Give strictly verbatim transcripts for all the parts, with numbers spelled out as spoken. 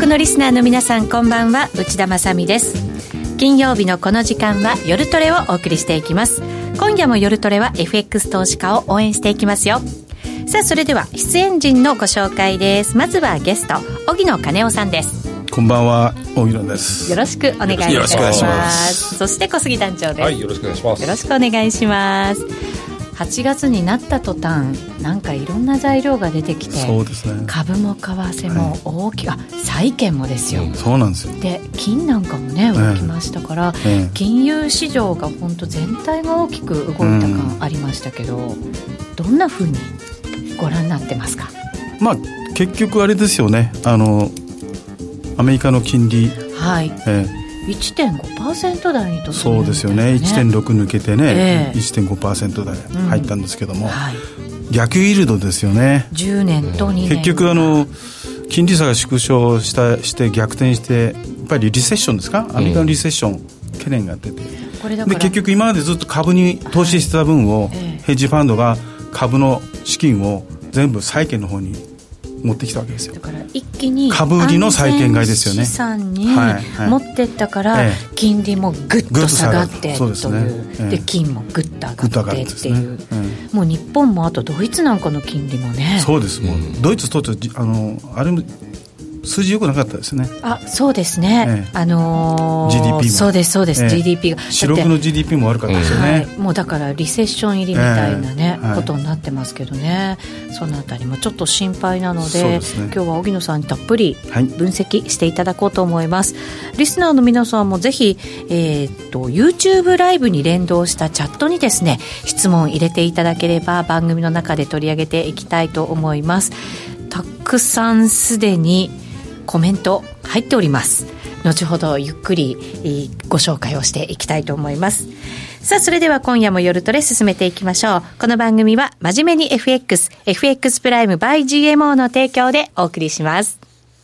のリスナーの皆さん、こんばんは。内田まさみです。金曜日のこの時間は夜トレをお送りしていきます。今夜も夜トレは エフエックス 投資家を応援していきますよ。さあ、それでは出演陣のご紹介です。まずはゲスト、荻野金夫さんです。 こんばんは、荻野です。 よろしくお願いいたします。 よろしくお願いします。 そして小杉団長です。 はい、よろしくお願いします。 よろしくお願いします。はちがつになった途端、なんかいろんな材料が出てきて、 そうですね、 株も為替も大きく、はい、あ、債券もですよ、 うん、そうなんですよ。 で、金なんかもね動きましたから、ええ、金融市場が本当全体が大きく動いた感ありましたけど、うん、どんなふうにご覧になってますか？ まあ、結局あれですよね、あのアメリカの金利、 はい、ええいってんごパーセント 台にと、 そうですよね。 いってんろく 抜けてね、えー、いってんごパーセント 台入ったんですけども、うん、はい、逆イールドですよね。 じゅうねんとにねん、 結局あの金利差が縮小したして逆転して、やっぱりリセッションですか、アメリカのリセッション、うん、懸念が出て、これだからで結局今までずっと株に投資してた分を、はい、えー、ヘッジファンドが株の資金を全部債券の方に持ってきたわけですよ。 だから一気に株売りの債券買いですよね。 資産に持ってったから、はいはい、金利もぐっと下がってという、そうですね、で金もぐっと上がってっていう、ね、うん、もう日本もあとドイツなんかの金利もね、 そうです、もうドイツとあのあれも数字良くなかったですね。 あ、そうですね、ええ、あのー、 ジーディーピー もそうですそうです、ええ、ジーディーピー が四六の ジーディーピー も悪かったですよね、はい、 もうだからリセッション入りみたいなね、ええ、ことになってますけどね、はい、そのあたりもちょっと心配なの で, で、ね、今日は荻野さんにたっぷり分析していただこうと思います、はい、リスナーの皆さんもぜひ、えー、と YouTube ライブに連動したチャットにですね、質問入れていただければ番組の中で取り上げていきたいと思います。たくさんすでにコメント入っております。後ほどゆっくりご紹介をしていきたいと思います。さあ、それでは今夜も夜トレ進めていきましょう。この番組は真面目に エフエックス エフエックス プライム by ジーエムオー の提供でお送りします。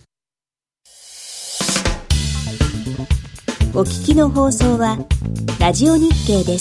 お聞きの放送はラジオ日経です。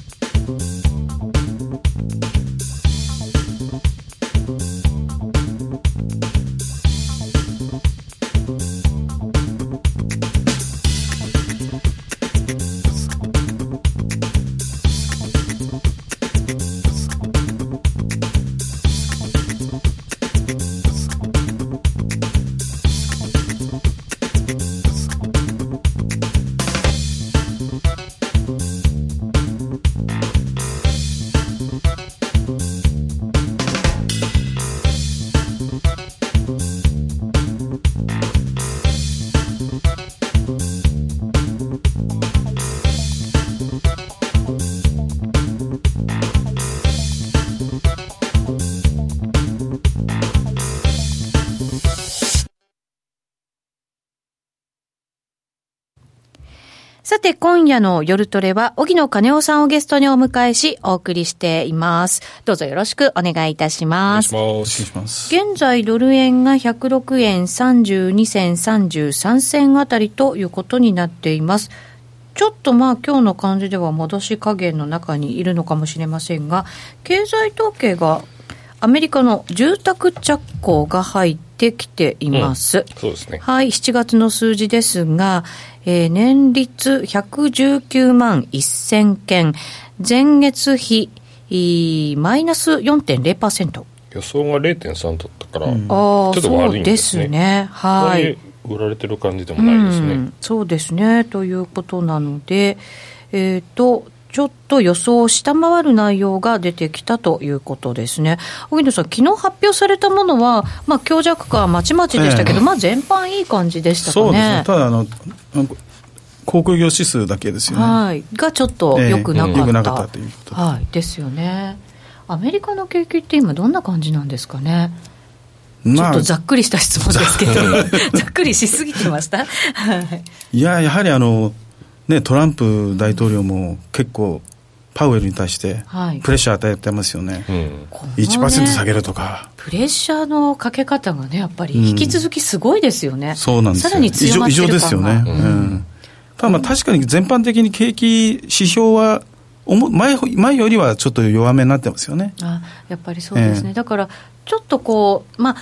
さて、今夜の夜トレは荻野金夫さんをゲストにお迎えしお送りしています。どうぞよろしくお願いいたします。 お願いします。 現在ドル円がひゃくろくえんさんじゅうにせんさんじゅうさんせんあたりということになっています。ちょっとまあ今日の感じでは戻し加減の中にいるのかもしれませんが、経済統計がアメリカの住宅着工が入ってきています、うん、 そうですね。 はい、しちがつの数字ですが、えー、年率ひゃくじゅうきゅうまんせんけん、前月比マイナス よんてんゼロパーセント、 予想が れいてんさん だったから、うん、ちょっと悪いんですね。 そうですね、はい、 売られてる感じでもないですね、 うん、そうですね、ということなので、えーとちょっと予想を下回る内容が出てきたということですね。荻野さん、昨日発表されたものは、まあ、強弱かまちまちでしたけど、えーまあ、全般いい感じでしたかね。 そうですね。ただあの航空業指数だけですよね、はい、 がちょっと良くなかった、えー、良くなかったということ、 はい、ですよね。アメリカの景気って今どんな感じなんですかね。ちょっとざっくりした質問ですけど、まあ、ざっくりしすぎてましたいや、やはりあのね、トランプ大統領も結構パウエルに対してプレッシャー与えてますよね、はい、うん、いちパーセント下げるとか、 プレッシャーのかけ方がね、やっぱり引き続きすごいですよね、うん、 そうなんですよ。 さらに強まってる感が異常ですよね、うんうん、ただまあ確かに全般的に景気指標は前, 前よりはちょっと弱めになってますよね。 あ、やっぱりそうですね、えー、だからちょっとこう、まあ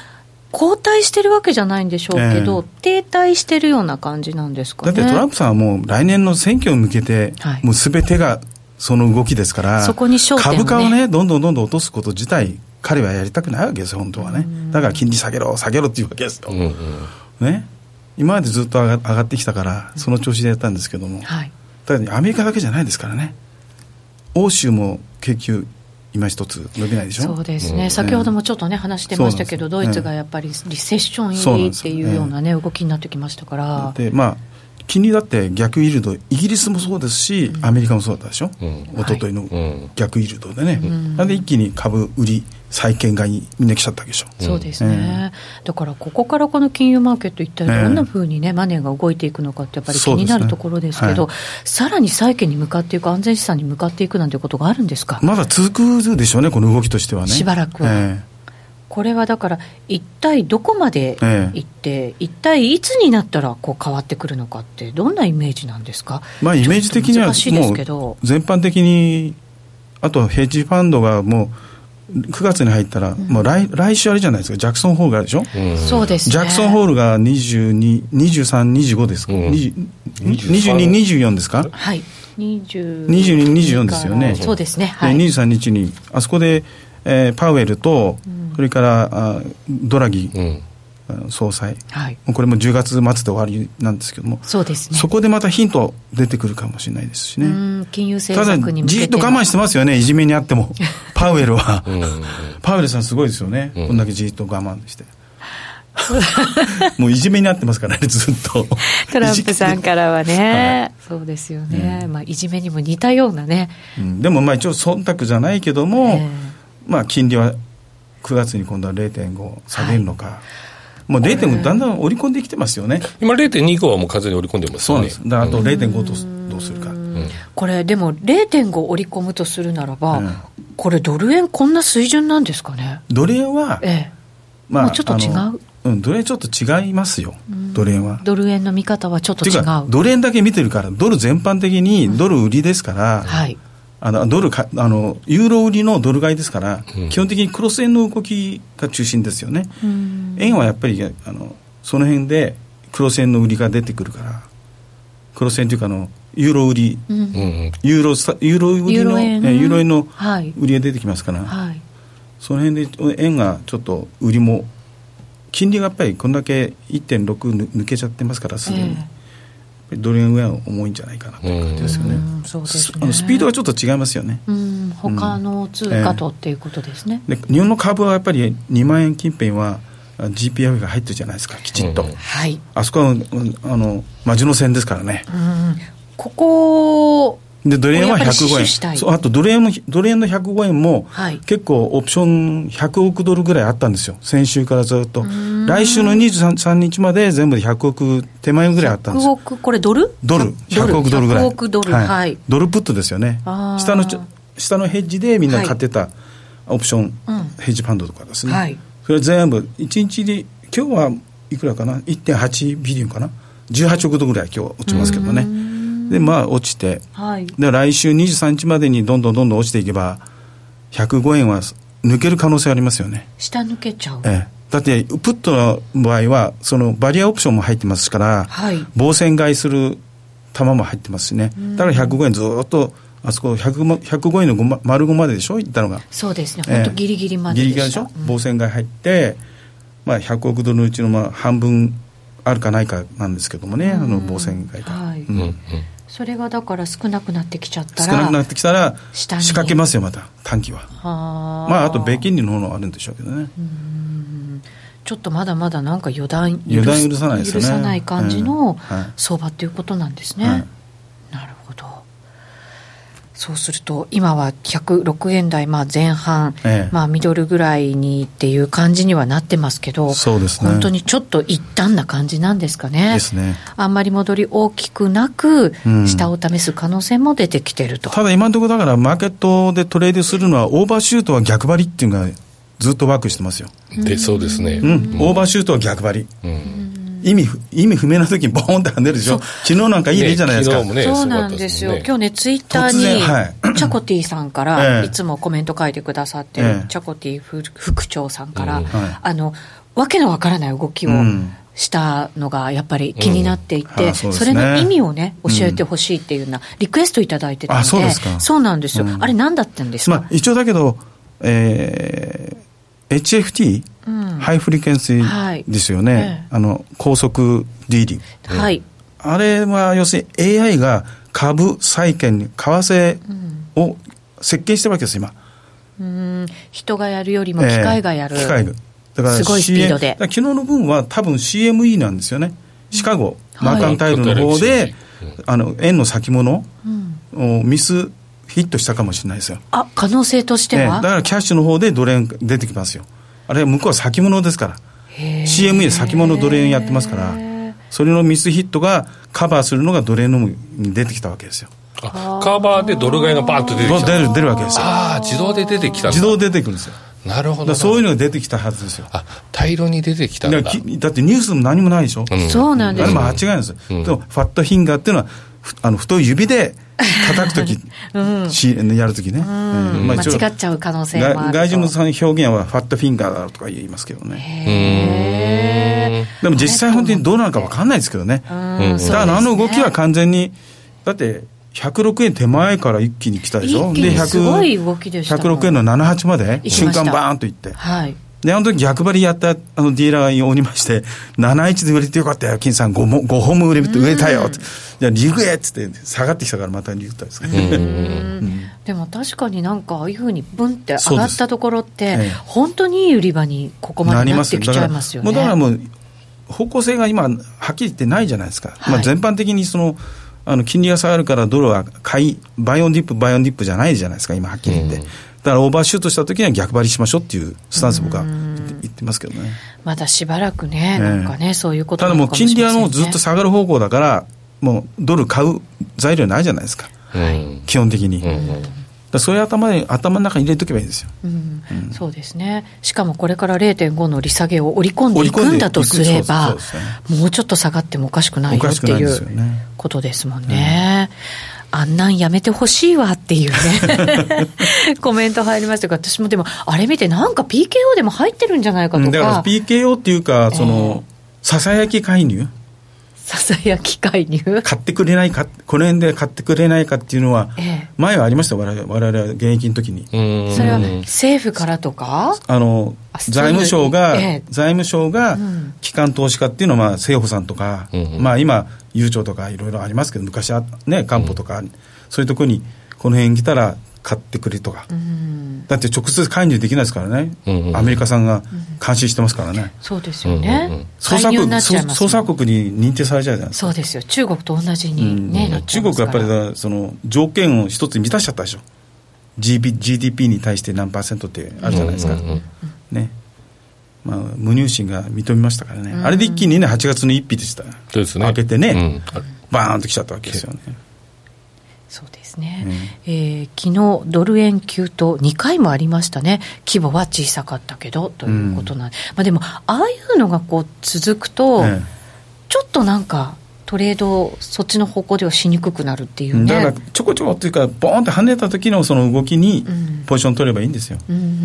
後退してるわけじゃないんでしょうけど、えー、停滞してるような感じなんですかね。 だってトランプさんはもう来年の選挙に向けて、はい、もうすべてがその動きですから、 そこに焦点をね、 株価をねどんどんどんどん落とすこと自体彼はやりたくないわけですよ本当はね。だから金利下げろ下げろっていうわけですよ、うんうんね、今までずっと上が、上がってきたからその調子でやったんですけども、はい、ただアメリカだけじゃないですからね。欧州も景気今一つ伸びないでしょ。 そうですね、うん、先ほどもちょっとね話してましたけど、ドイツがやっぱりリセッション入りっていうようなね動きになってきましたから。 でまあ金利だって逆イールド、イギリスもそうですし、うん、アメリカもそうだったでしょ、うん、一昨日の逆イールドでね、うん、なんで一気に株売り債券買いにみんな来ちゃったわけでしょ、 うん、そうですね、えー、だからここからこの金融マーケット一体どんなふうにね、えー、マネーが動いていくのかってやっぱり気になるところですけど、ね、はい、さらに債券に向かっていく、安全資産に向かっていくなんてことがあるんですか。 まだ続くでしょうねこの動きとしてはね、 しばらくは、えーこれはだから一体どこまでいって、ええ、一体いつになったらこう変わってくるのかってどんなイメージなんですか。 まあ、イメージ的にはもう全般的に、あとヘッジファンドがもうくがつに入ったら、うん、もう 来, 来週あれじゃないですか、ジャクソンホールがあるでしょ、うん、 そうですね、 ジャクソンホールがにじゅうに、にじゅうさん、にじゅうごですか、うん、にじゅうに、にじゅうよんですか、 はい、にじゅうに、にじゅうよんですよね。 そうですね、はい、 でにじゅうさんにちにあそこで、えー、パウエルと、うん、それからあドラギ、うん、総裁、はい、これもじゅうがつ末で終わりなんですけども、 そうですね、 そこでまたヒント出てくるかもしれないですしね。うん、 金融政策に向けてただじっと我慢してますよね、いじめにあってもパウエルはうん、パウエルさんすごいですよね、うん、こんだけじっと我慢してもういじめになってますからねずっとトランプさんからはね、はい、そうですよね、うん、まあ、いじめにも似たようなね、 うん、でもまあ一応忖度じゃないけども、えーまあ、金利はくがつに今度は ゼロテンご 下げるのか、はい、もう ゼロテンご だんだん織り込んできてますよね。 今 ゼロテンにご はもう完全に織り込んでますよね。 そうなんです。だからあと ゼロテンご とどうするか、うん、 これでも ゼロテンご 織り込むとするならば、うん、これドル円こんな水準なんですかね。 ドル円は、ええ、まあ、 もうちょっと違う、 うん、ドル円ちょっと違いますよ、ドル円は。 ドル円の見方はちょっと違う。 ドル円だけ見てるから、ドル全般的にドル売りですから、うん、はい、あのドルかあのユーロ売りのドル買いですから、うん、基本的にクロス円の動きが中心ですよね、うん、円はやっぱりあのその辺でクロス円の売りが出てくるから、クロス円というかあのユーロ売り、うん、ユーロユーロ売りのユーロ円の売りが出てきますから、はい、その辺で円がちょっと売りも、金利がやっぱりこんだけ いってんろく 抜けちゃってますからすでに、えードル円上は重いんじゃないかなという感じですよね。うん、そうですね。あのスピードがちょっと違いますよね。 うん、他の通貨とっていうことですね、 うんえー、で日本の株はやっぱりにまんえん近辺は ジーピーエフ が入ってるじゃないですか、きちっと、うん、はい、あそこはあのマジの線ですからね、うん、 ここでドル円はひゃくごえん、そう、あとドル円もドル円のひゃくごえんも、はい、結構オプションひゃくおくドルぐらいあったんですよ、先週からずっと。来週のにじゅうさんにちまで全部でひゃくおく手前ぐらいあったんですよ。 ひゃくおく、これドルドルひゃくおくドルぐらい、 ひゃくおくドル、 はいはい、ドルプットですよね。下の下のヘッジでみんな買ってたオプション、はい、ヘッジファンドとかですね、はい、それ全部いちにちで今日はいくらかな いってんはちビリオンかな、じゅうはちおくドルぐらい今日落ちますけどね。でまあ落ちて、はい、で来週にじゅうさんにちまでにどんどんどんどん落ちていけばひゃくごえんは抜ける可能性ありますよね。 下抜けちゃう、 ええ、だってプットの場合はそのバリアオプションも入ってますから、はい、防戦買いする玉も入ってますしね。だからひゃくごえんずっとあそこひゃくごえんの丸ごまででしょ、いったのが。 そうですね、本当ギリギリまででした。ギリギリでしょ、うん、防戦買い入って、まあ、ひゃくおくドルのうちのまあ半分あるかないかなんですけどもね、あの防戦買いが、はい、うんうん、 それがだから少なくなってきちゃったら、 少なくなってきたら仕掛けますよ、また短期は。はまああと米金利の方もあるんでしょうけどね。うん、 ちょっとまだまだなんか予断許予断許さないですよね。 許さない感じの相場ということなんですね、はい、なるほど。そうすると今はひゃくろくえん台、まあ、前半、ええ、まあ、ミドルぐらいにっていう感じにはなってますけど、 そうですね、 本当にちょっと一旦な感じなんですかね。 ですね。あんまり戻り大きくなく、うん、下を試す可能性も出てきてると。 ただ今のところだからマーケットでトレードするのはオーバーシュートは逆張りっていうのがずっとワークしてますよ。 でそうですね、 うんうん、オーバーシュートは逆張り、うん、意味意味不明な時にボーンって跳ねるでしょ。昨日なんかいい例じゃないですか、 ねね、 そうなんですよ、ね、今日ねツイッターに、はい、チャコティさんからいつもコメント書いてくださってる、ええ、チャコティ副長さんから、うん、あのわけのわからない動きをしたのがやっぱり気になっていて、うんうん そ, ね、それの意味をね教えてほしいっていうようなリクエストいただいてたので、うん、そうですか。そうなんですよ、うん、あれ何だったんですか。 まあ、一応だけど、えー、エイチエフティー、うん、ハイフリケンシーですよね、はい、あの高速ディーリング、はい、あれは要するに エーアイ が株債券為替を設計してるわけです今。 うん、人がやるよりも機械がやる、えー、機械がだから シーエムすごいスピードで。 昨日の分は多分 シーエムイー なんですよね。シカゴ、うん、マーカンタイルの方で、はい、あの円の先物をミスヒットしたかもしれないですよ。 あ、可能性としては、 ね、だからキャッシュの方でドル円出てきますよ。あれは向こうは先物ですから シーエムイー で先物ドル円やってますから、それのミスヒットがカバーするのがドル円のに出てきたわけですよ。 あ、カバーでドル買いがバーッと出てきた。 出る、出るわけですよ。 ああ、自動で出てきたんだ。 自動で出てくるんですよ。 なるほど。 そういうのが出てきたはずですよ。 あ、大量に出てきたんだ。 だ, だってニュースも何もないでしょ、 うん、そうなんです。 あれも間違いなんですよ、うん、でもファットフィンガーっていうのはあの太い指で叩くとき、うん、やるときね、 うんうんまあ、間違っちゃう可能性もあると。 外人の表現はファットフィンガーだとか言いますけどね。へでも実際本当にどうなのか分かんないですけどね。うんだからあの動きは完全にだってひゃくろくえん手前から一気に来たでしょ。 一気にすごい動きでした。 ひゃくろくえんのななじゅうはちまで瞬間バーンといって、はい、であの時逆張りやったあのディーラーにおりましてななじゅういちで売れてよかったよ金さん 5, もごほんも売れ売れたよって、じゃあリグエっつって下がってきたからまたリグったんですかね。うん、 でも確かになんかああいうふうにブンって上がったところって、ええ、本当にいい売り場にここまでなってきちゃいますよね。 だからもう方向性が今はっきり言ってないじゃないですか、はいまあ、全般的にそのあの金利が下がるからドルは買いバイオンディップバイオンディップじゃないじゃないですか今はっきり言って、うん、だからオーバーシュートした時には逆張りしましょうっていうスタンス僕は言ってますけどね。 まだしばらくね、なんかね、そういうことなのかもしれませんね。ただもう金利はもうずっと下がる方向だからもうドル買う材料ないじゃないですか、はい、基本的に、うん、だそういう頭に頭の中に入れとけばいいんですよ、うんうん、そうですね。しかもこれから れいてんご の利下げを織り込んでいくんだとすれば、そうそうそう、ね、もうちょっと下がってもおかしくないよっていうことですもんね、うん、あんなんやめてほしいわっていうねコメント入りましたが、私もでもあれ見てなんか ピーケーオー でも入ってるんじゃないかとか、うん、 だから ピーケーオー っていうかその、えー、ささやき介入ささやき介入買ってくれないか、この辺で買ってくれないかっていうのは、ええ、前はありました。我々我々は現役の時に。 それは政府からとかあの財務省が、ええ、財務省が機関投資家っていうのは、まあ、政府さんとか、うん、まあ、今ゆうちょとかいろいろありますけど、昔はねかんぽとか、うん、そういうところにこの辺来たら買ってくれとか、うん、だって直接介入できないですからね、うんうん、アメリカさんが監視してますからね、うん、 そうですよね、うんうん、 捜査国、捜査国に認定されちゃうじゃないですか。 そうですよ、中国と同じに、ねうん、中国はやっぱりその条件を一つ満たしちゃったでしょ。 ジーディーピー に対して何パーセントってあるじゃないですか、うんうんうんね、まあ、無入信が認めましたからね、うん、あれで一気にねはちがつのいっにちでした、そうですね、開けてね、うん、バーンと来ちゃったわけですよね。 そうですね、うんえー、昨日ドル円急騰にかいもありましたね。規模は小さかったけどということなんで、うんまあ、でもああいうのがこう続くと、ね、ちょっとなんかトレードそっちの方向ではしにくくなるっていうね。 だからちょこちょこっていうかボーンって跳ねた時のその動きにポジション取ればいいんですよ、うんうんうんうん、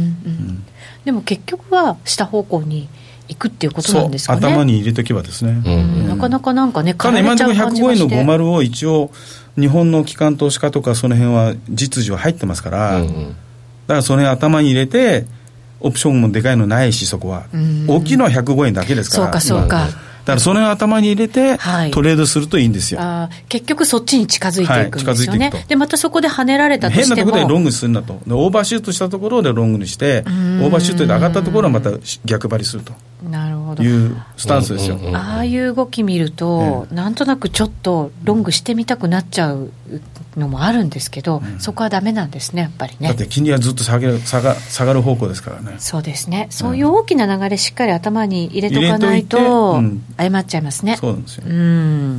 でも結局は下方向に行くっていうことなんですかね。 そう頭に入れとけばですね、うんうん、なかなかなんかねかなり今のところひゃくごえんのごじゅうを一応日本の機関投資家とかその辺は実需は入ってますから、うんうん、だからその辺頭に入れてオプションもでかいのないしそこは、うんうん、大きいのはひゃくごえんだけですから。 そうかそうか、 だからその辺を頭に入れてトレードするといいんですよ、 はい、あ結局そっちに近づいていくんですよね、はい、でまたそこで跳ねられたとしても変なところでロングするんだと。でオーバーシュートしたところでロングにしてオーバーシュートで上がったところはまた逆張りするとなるほどいうスタンスですよ、 うんうんうん、ああいう動き見ると、うん、なんとなくちょっとロングしてみたくなっちゃうのもあるんですけど、うん、そこはダメなんですねやっぱりね。 だって金利はずっと下げる下が、下がる方向ですからね。 そうですね、そういう大きな流れしっかり頭に入れとかないと、うん、誤っちゃいますね。 そうなんですよ。 うん、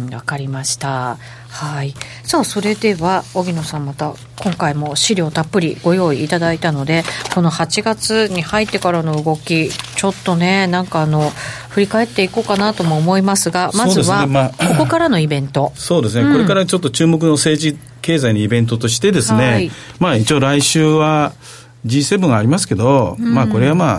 わかりました。はい。さあそれでは荻野さんまた今回も資料たっぷりご用意いただいたので、このはちがつに入ってからの動きちょっとねなんかあの振り返っていこうかなとも思いますが、まずはここからのイベント。 そうですね、うん、これからちょっと注目の政治経済のイベントとしてですね、はい、まあ一応来週は ジーセブン がありますけど、うん、まあこれはまあ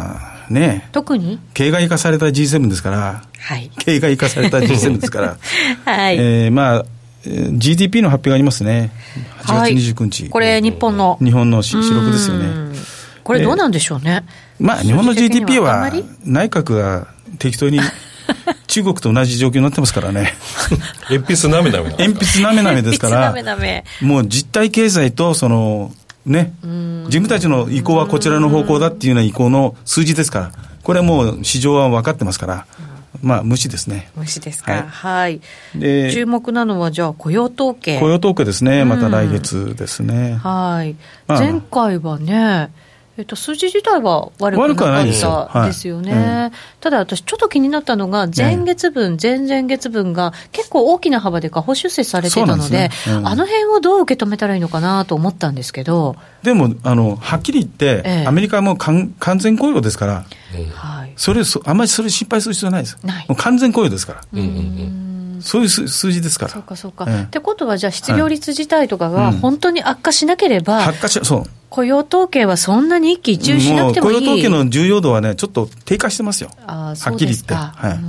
ね、 特に形骸化された ジーセブン ですから、 はい、 形骸化された ジーセブン ですから、 はい、 えー、まあ ジーディーピー の発表がありますね。はちがつにじゅうくにち、はい、 これ日本の日本の主力ですよね。 これどうなんでしょうね。 まあ日本の ジーディーピー は内閣が適当に中国と同じ状況になってますからね。 鉛筆なめなめ鉛筆なめなめですから鉛筆なめなめ、 もう実体経済とそのね、自分たちの意向はこちらの方向だっていうような意向の数字ですから、これはもう市場は分かってますから、まあ無視ですね。 無視ですか。はい。はい、で注目なのはじゃあ雇用統計。 雇用統計ですね。また来月ですね。 はい。まあ、前回はね、えっと、数字自体は悪くなかったですよね、はい、うん、ただ私ちょっと気になったのが前月分、ね、前々月分が結構大きな幅で下方修正されてたの で, で、ね、うん、あの辺をどう受け止めたらいいのかなと思ったんですけど、 でもあのはっきり言って、ええ、アメリカはもう完全雇用ですから、はい、それあんまりそれ心配する必要ないです。ない、もう完全雇用ですから、うんうんうん、そういう数字ですから。 そうかそうか、ええ、ってことはじゃあ失業率自体とかが本当に悪化しなければ、 はい、悪化しそう雇用統計はそんなに一喜一憂しなくてもいい。 もう雇用統計の重要度はねちょっと低下してますよ。あ、そうですか。はっきり言って、はい、うん、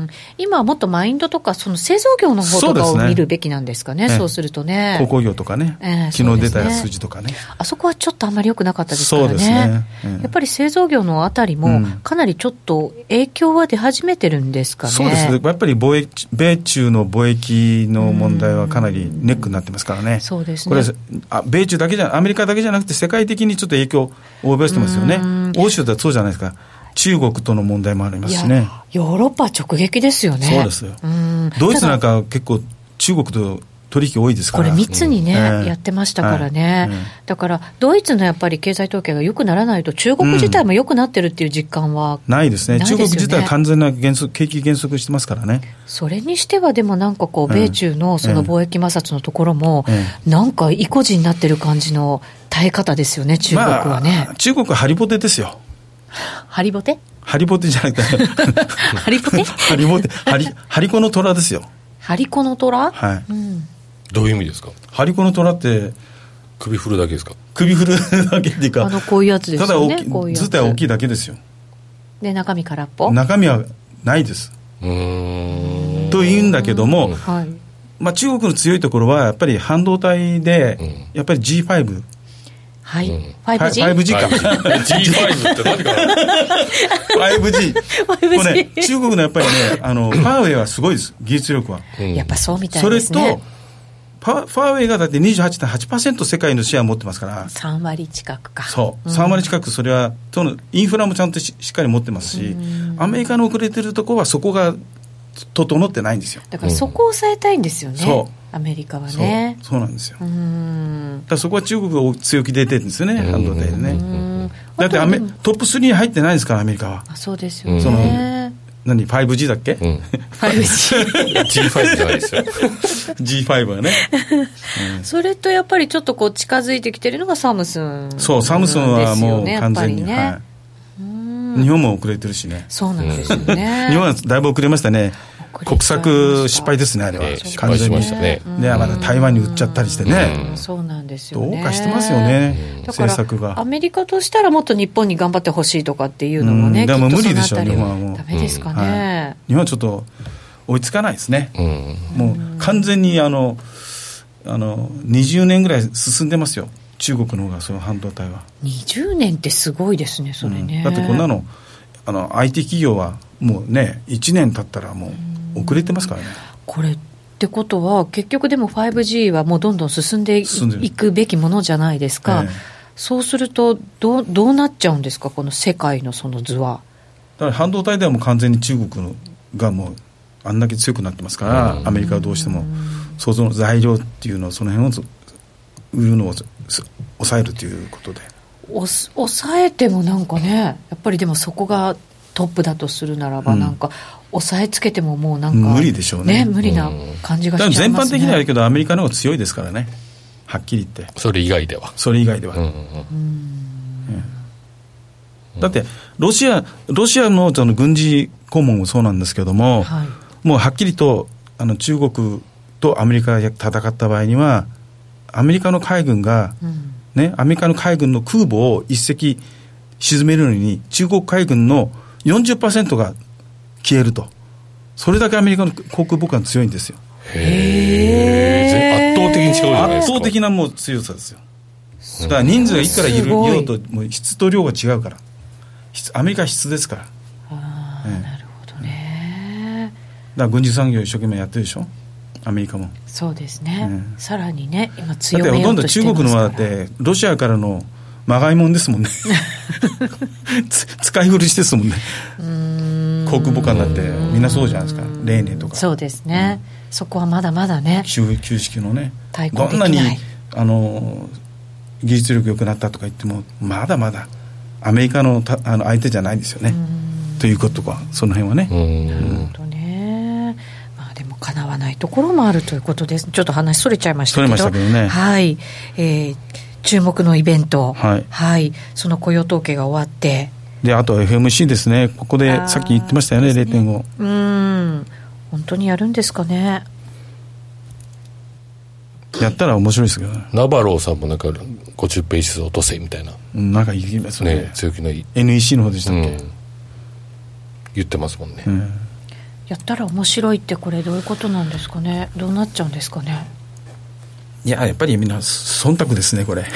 今はもっとマインドとかその製造業の方とかを見るべきなんですかね。 そうですね、そうするとね、 鉱工業とかね、えー、昨日出た数字とかね、 あそこはちょっとあんまり良くなかったですからね。 そうですね、うん、 やっぱり製造業のあたりもかなりちょっと影響は出始めてるんですかね。 そうですね、やっぱり貿易米中の貿易の問題はかなりネックになってますからね。 うそうですね、 これあ米中だけじゃアメリカだけじゃなくて世界的にちょっと影響を及ぼしてますよね。欧州ではそうじゃないですか。中国との問題もありますしね。 ヨーロッパ直撃ですよね。 そうですよ。ドイツなんか結構中国と取引多いですから。 これ密にね、うん、やってましたからね、はい、うん、だからドイツのやっぱり経済統計が良くならないと中国自体も良くなってるっていう実感は、 うん、ないですね。中国自体は完全な減速、景気減速してますからね。 それにしてはでもなんかこう米中のその貿易摩擦のところも、うん、なんか意固地になってる感じの耐え方ですよね、中国はね。 まあ、中国はハリボテですよ。 ハリボテ？ ハリボテじゃなくてハリボテ？ ハリボテ、ハリ、ハリコの虎ですよ。 ハリコの虎？ はい、 うん、 どういう意味ですか？ ハリコの虎って首振るだけですか？首振るだけっていうか、 あのこういうやつですよね。 ただ大きい、図体大きいだけですよ。 で中身空っぽ？ 中身はないです。うーんと言うんだけども、はい、まあ、中国の強いところはやっぱり半導体で、うん、やっぱり ジーファイブ、 はい、うん、 ファイブジー? ファイブジー か ジーファイブ って何かなファイブジー これ、ね、中国のやっぱりね、あのファーウェイはすごいです。技術力は、 うん、やっぱそうみたいですね。 それとファーウェイがだって にじゅうはちてんはちパーセント 世界のシェアを持ってますから、 さんわり近くか。 そう、うん、さんわり近く、それはそのインフラもちゃんと し, しっかり持ってますし、アメリカの遅れてるところはそこが整ってないんですよ。 だからそこを抑えたいんですよね、うん、アメリカはね。 そう、そうなんですよ。うん、だからそこは中国が強気出てるんですよね、半導体でね。うん、だってアメトップスリーに入ってないですから、アメリカは。 あ、そうですよね。その何 ファイブジー だっけ、うん、 ファイブジージーファイブ じゃないですよジーファイブ はね、 うん、それとやっぱりちょっとこう近づいてきてるのがサムスン、ね、 そう、サムスンはもう完全に、ね、はい、日本も遅れてるしね。 そうなんですよね日本はだいぶ遅れましたね。国策失敗ですね、あれは、えー、 失敗しましたね。 で、まだ台湾に売っちゃったりしてね、 うん、そうなんですよね。 どうかしてますよね、うん、政策が。 アメリカとしたらもっと日本に頑張ってほしいとかっていうのもね、うん、 でも無理でしょう、日本はもうダメですかね、 うん、はい、日本はちょっと追いつかないですね、うん、もう完全にあのあのにじゅうねんぐらい進んでますよ、中国の方がその半導体は。 にじゅうねんってすごいですね、それね、 うん、だってこんなの、あの アイティー 企業はもうねいちねん経ったらもう遅れてますからね。 これってことは結局でも ファイブジー はもうどんどん進んでいくべきものじゃないですか、ええ、そうするとどう、どうなっちゃうんですか、この世界のその図は。 だから半導体ではもう完全に中国のがもうあんだけ強くなってますから、アメリカはどうしてもその材料っていうのをその辺を売るのを抑えるということで、 お抑えてもなんかね、やっぱりでもそこがトップだとするならば、なんか、うん、抑えつけてももうなんか無理でしょう ね, ね無理な感じがしちゃいますね。 全般的にはあるけどアメリカの方が強いですからね、はっきり言って。 それ以外ではそれ以外では、うんうんうんうん、だってロシアロシア の, その軍事顧問もそうなんですけども、はい、もうはっきりとあの中国とアメリカが戦った場合にはアメリカの海軍が、うんね、アメリカの海軍の空母を一隻沈めるのに中国海軍の よんじゅっパーセント が消えると。それだけアメリカの航空母艦強いんですよ。 へー、圧倒的に違うじゃないですか。 圧倒的なもう強さですよ。だから人数がいくらいるようともう質と量が違うから。アメリカは質ですから。 あ、ええ、なるほどね。 だから軍事産業を一生懸命やってるでしょ、アメリカも。 そうですね、 ええ、 さらにね今強めようとしてますから。だってほとんど中国のものってロシアからのまがいもんですもんね使い古しですもんね。うーん、航空母艦だってみんなそうじゃないですか、レーネとか。 そうですね、うん、そこはまだまだね旧式のね、 対抗できない。 どんなにあの技術力良くなったとか言ってもまだまだアメリカ の, たあの相手じゃないですよね、ということか、その辺はね。 なるほどね。まあ、でもかなわないところもあるということです。ちょっと話それちゃいましたけど、 それましたけどね、 はい、えー、注目のイベント、 はいはい、その雇用統計が終わって、 であと エフエムシー ですね。ここでさっき言ってましたよね、ね ゼロてんご。 うん、本当にやるんですかね。 やったら面白いですけどね。 ナバローさんもなんかごじゅうページ数落とせみたいな、 なんか言いますね。 ね、強気のいいエヌイーシー の方でしたっけ、うん、 言ってますもんね、 うん、 やったら面白いってこれどういうことなんですかね。どうなっちゃうんですかね。 いややっぱりみんな忖度ですねこれ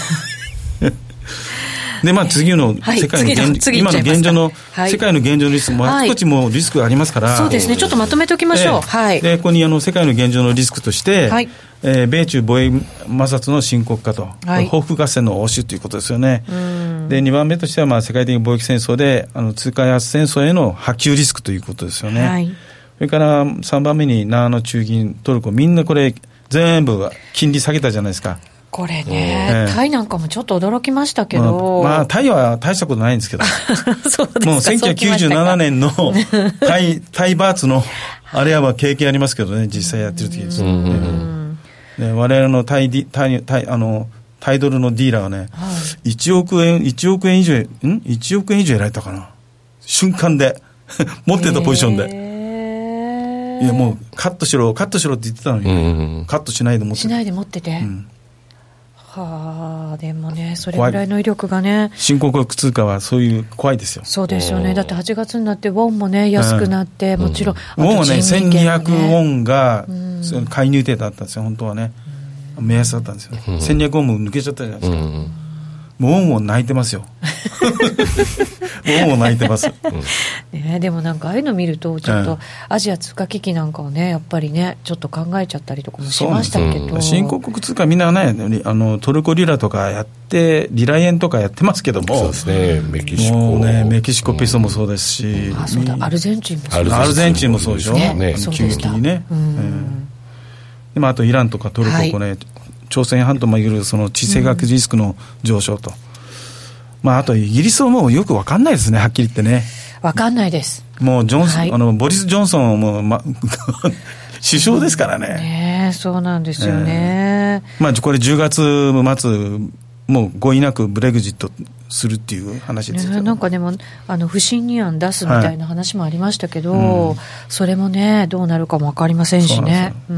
でまあ次の世界の現、はい、今の現状の、はい、世界の現状のリスクもあちこちもリスクがありますから、はい、 そうですね、ちょっとまとめておきましょう、 えーはい、でここにあの世界の現状のリスクとして、はい、えー、米中防衛摩擦の深刻化と、はい、報復合戦の応酬ということですよね。でにばんめとしてはまあ世界的貿易戦争であの通貨安戦争への波及リスクということですよね、はい、それからさんばんめに南アの中銀トルコみんなこれ全部金利下げたじゃないですか。 これね、えー、タイなんかもちょっと驚きましたけど、 まあ、まあ、タイは大したことないんですけどそうですか。 もうせんきゅうひゃくきゅうじゅうななねんのタイ、タイバーツのあれは経験ありますけどね、実際やってる時です、ね、で我々のタイディタイタイあのタイドルのディーラーはね、はい、いちおくえんいちおくえん以上んいちおくえん以上得られたかな、瞬間で持ってたポジションで。いやもうカットしろカットしろって言ってたのに、うん、カットしないで持ってしないで持ってて、うん、はあ、でもねそれぐらいの威力がね、 新興国通貨はそういう怖いですよ。 そうですよね。だってはちがつになってウォンもね安くなって、うん、もちろん、 うん、ウォンはねせんにひゃくウォンが、うん、介入手だったんですよ本当はね、うん、目安だったんですよ、うん、せんにひゃくウォンも抜けちゃったじゃないですか、うん、もうウォンも泣いてますよウォンも泣いてます、 うんね、でもなんかああいうの見るとちょっとアジア通貨危機なんかをねやっぱりねちょっと考えちゃったりとかもしましたけど、 新興国通貨みんなねあのトルコリラとかやってリラ円とかやってますけども、 そうですね、メキシコもうねメキシコペソもそうですし、うん、 あそうだアルゼンチンもそうです、アルゼンチンもそうでしょ、 ね、 急激にね、うん、えー、でもあとイランとかトルコ、はい、これ朝鮮半島を巡るその地政学リスクの上昇と、うん、まあ、あとイギリスはもうよく分かんないですね、はっきり言ってね。 分かんないです。 もうジョンソン、はい、あのボリス・ジョンソンはもう、ま、首相ですからね。 ね、そうなんですよね、 えー、まあ、これじゅうがつ末もう合意なくブレグジットするっていう話ですよ、ね、 なんかでもあの不信任案出すみたいな話もありましたけど、はい、うん、それもねどうなるかも分かりませんしね。うん、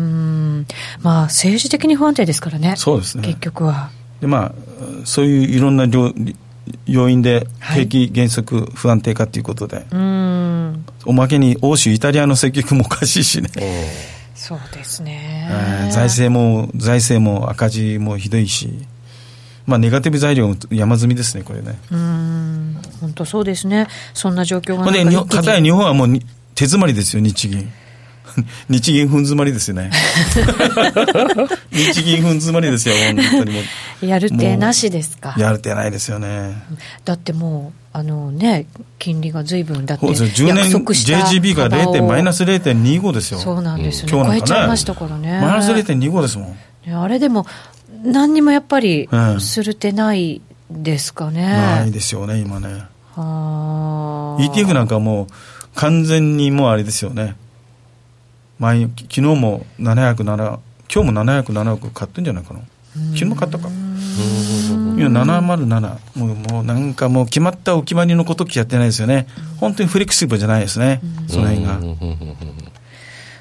まあ政治的に不安定ですからね。そうですね、結局は。 で、まあ、そういういろんな要因で景気減速不安定化ということで、はい、うん、おまけに欧州イタリアの積極もおかしいしね。 そうですね、 えー、財政も財政も赤字もひどいし、まあ、ネガティブ材料山積みですねこれね。 うん、本当そうですね。そんな状況がなんか一気に、かたや日本はもう手詰まりですよ、日銀日銀踏ん詰まりですよね日銀踏ん詰まりですよ本当にもうやる手なしですか。 やる手ないですよね。 だってもうあのね金利が随分だって約束したじゅうねん ジェイジービー がゼロてんマイナス ゼロてんにご ですよ。 そうなんですよね、 うん、 超えちゃいましたからね。 マイナス ゼロてんにご ですもん。 あれでも何にもやっぱりする手ないですかね、うん、 ないですよね今ね。は イーティーエフ なんかもう完全にもうあれですよね。前昨日もななひゃくなな今日もななひゃくななおく買ってんじゃないかな。昨日も買ったか。いやななひゃくななもう、もうなんかもう決まったお決まりのことやってないですよね。本当にフレキシブルじゃないですね、その辺が。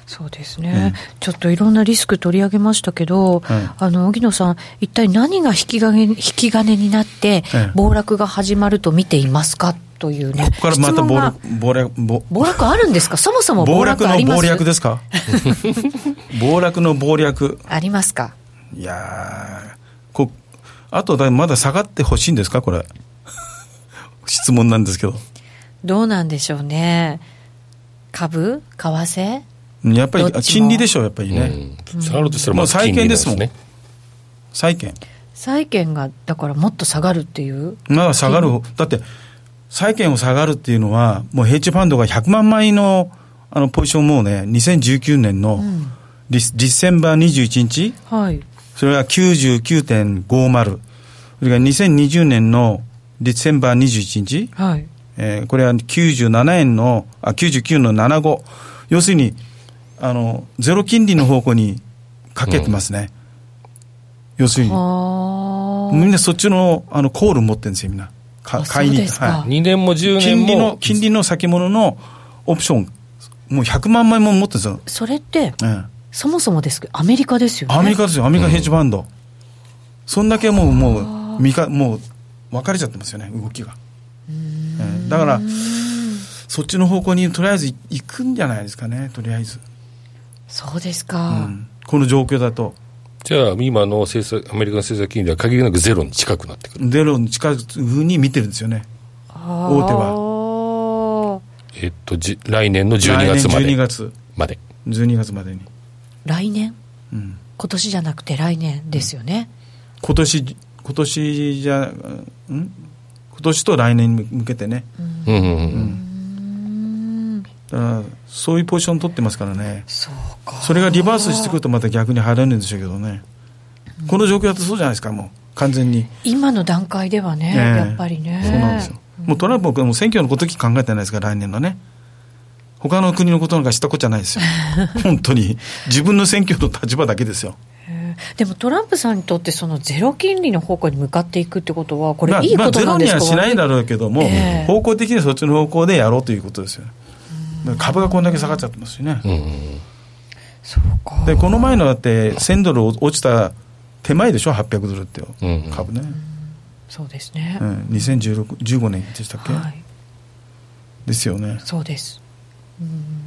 そうですね、うん、ちょっといろんなリスク取り上げましたけど、うん、あの荻野さん、一体何が引き金、引き金になって暴落が始まると見ていますかというね、 ここからまた暴落、暴落、暴暴落あるんですか？そもそも暴落あります？ 暴落の暴落ですか？暴落の暴落ありますか？ いやこあとだまだ下がってほしいんですかこれ質問なんですけど、 どうなんでしょうね。株、為替、 やっぱり金利でしょう、やっぱりね、 うん、下がるとしたらまあ債券ですもんね。債券債券がだからもっと下がるっていう、 まだ下がる、だって債券を下がるっていうのはもうヘッジファンドがひゃくまんまいのあのポジションもねにせんじゅうきゅうねんのディス、うん、ディセンバーにじゅういちにち、 はい、 それが きゅうじゅうきゅうてんごーまる、それからにせんにじゅうねんのディセンバーにじゅういちにち、 はい、 えー、これはきゅうじゅうななえんのあきゅうじゅうきゅうのななじゅうご、要するにあのゼロ金利の方向にかけてますね、うん、要するにみんなそっちのあのコール持ってるんですよ、みんな買いに、 はい、にねんもじゅうねんも金利の金利の先物のオプションもうひゃくまんまいも持ってるんですよ。 それって、うん、そもそもですけどアメリカですよね。 アメリカですよ、アメリカヘッジファンド、うん、そんだけもうもうみかもう分かれちゃってますよね、動きが。うん、だからそっちの方向にとりあえず行くんじゃないですかね、とりあえず。 そうですか、 うん、この状況だと。 じゃあ今の政策アメリカの政策金利は限りなくゼロに近くなってくる。 ゼロに近くふうに見てるんですよね、大手は。 えっとじ来年のじゅうにがつまで。 来年じゅうにがつまで。じゅうにがつまでに。 来年、 うん、今年じゃなくて来年ですよね。 うん、今年今年じゃん今年と来年に向けてね。 うんうんうん、 だからそういうポジション取ってますからね。 そうか。 それがリバースしてくるとまた逆に入られるんでしょうけどね、うん、この状況だとそうじゃないですか、もう完全に今の段階ではね、ねやっぱりね。 そうなんですよ、うん、もうトランプももう選挙のこと考えてないですから、来年のね。他の国のことなんか知ったことじゃないですよ本当に自分の選挙の立場だけですよ。 でもトランプさんにとってそのゼロ金利の方向に向かっていくってことはこれいいことなんですか？ まあ、ゼロにはしないだろうけども、えー、方向的にはそっちの方向でやろうということですよ。株がこんだけ下がっちゃってますしね、うんうん、 そうか。でこの前のだってせんドル落ちた手前でしょ、はっぴゃくドルって、うんうん、株ね、うん、 そうですね、 うん、にせんじゅうごねんでしたっけ、はい、ですよね。 そうです。うん、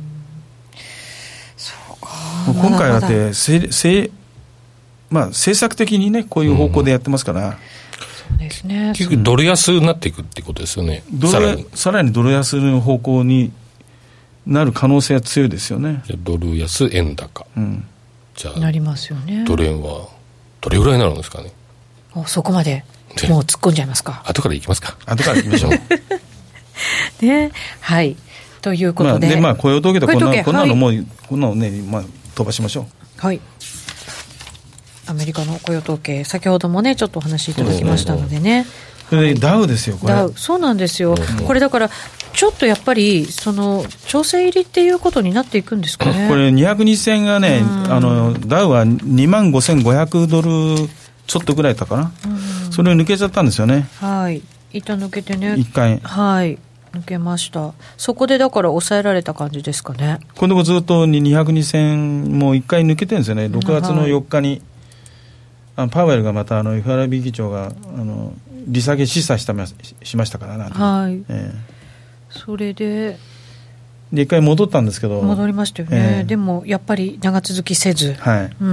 そうか。 もう今回だってせせまあ、政策的にねこういう方向でやってますから、うん、 そうですね。 結局ドル安になっていくってことですよね。 ドルさらにさらにドル安の方向になる可能性は強いですよね。 じゃドル安円高、うん、じゃあなりますよね。 ドル円はどれぐらいになるんですかね。 おそこまでもう突っ込んじゃいますか。 後から行きますか。 後から行きましょうね、はいということで、 まあ、でまあ雇用統計とこんな、こんなのもう、はい、こんなのね、まあ、飛ばしましょう。 はい。アメリカの雇用統計、先ほどもねちょっとお話しいただきましたのでね。 それでダウですよ、これ。 ダウ、そうなんですよ、うん、これだからちょっとやっぱりその調整入りっていうことになっていくんですかね。 これにひゃくに線がね、あのダウはにまんごせんごひゃくドルちょっとぐらいだったかな、それを抜けちゃったんですよね。 はい、板抜けてね、 一回、 はい、抜けました。そこでだから抑えられた感じですかね。 このとこずっとにひゃくに線もう一回抜けてるんですよね。ろくがつのよっかに、はい、あのパウエルがまたあの エフアールビー 議長があの利下げ示唆したしましたからね、 はい、 えー、 それでで一回戻ったんですけど、 戻りましたよね、えー、でもやっぱり長続きせず、 はい、 うん、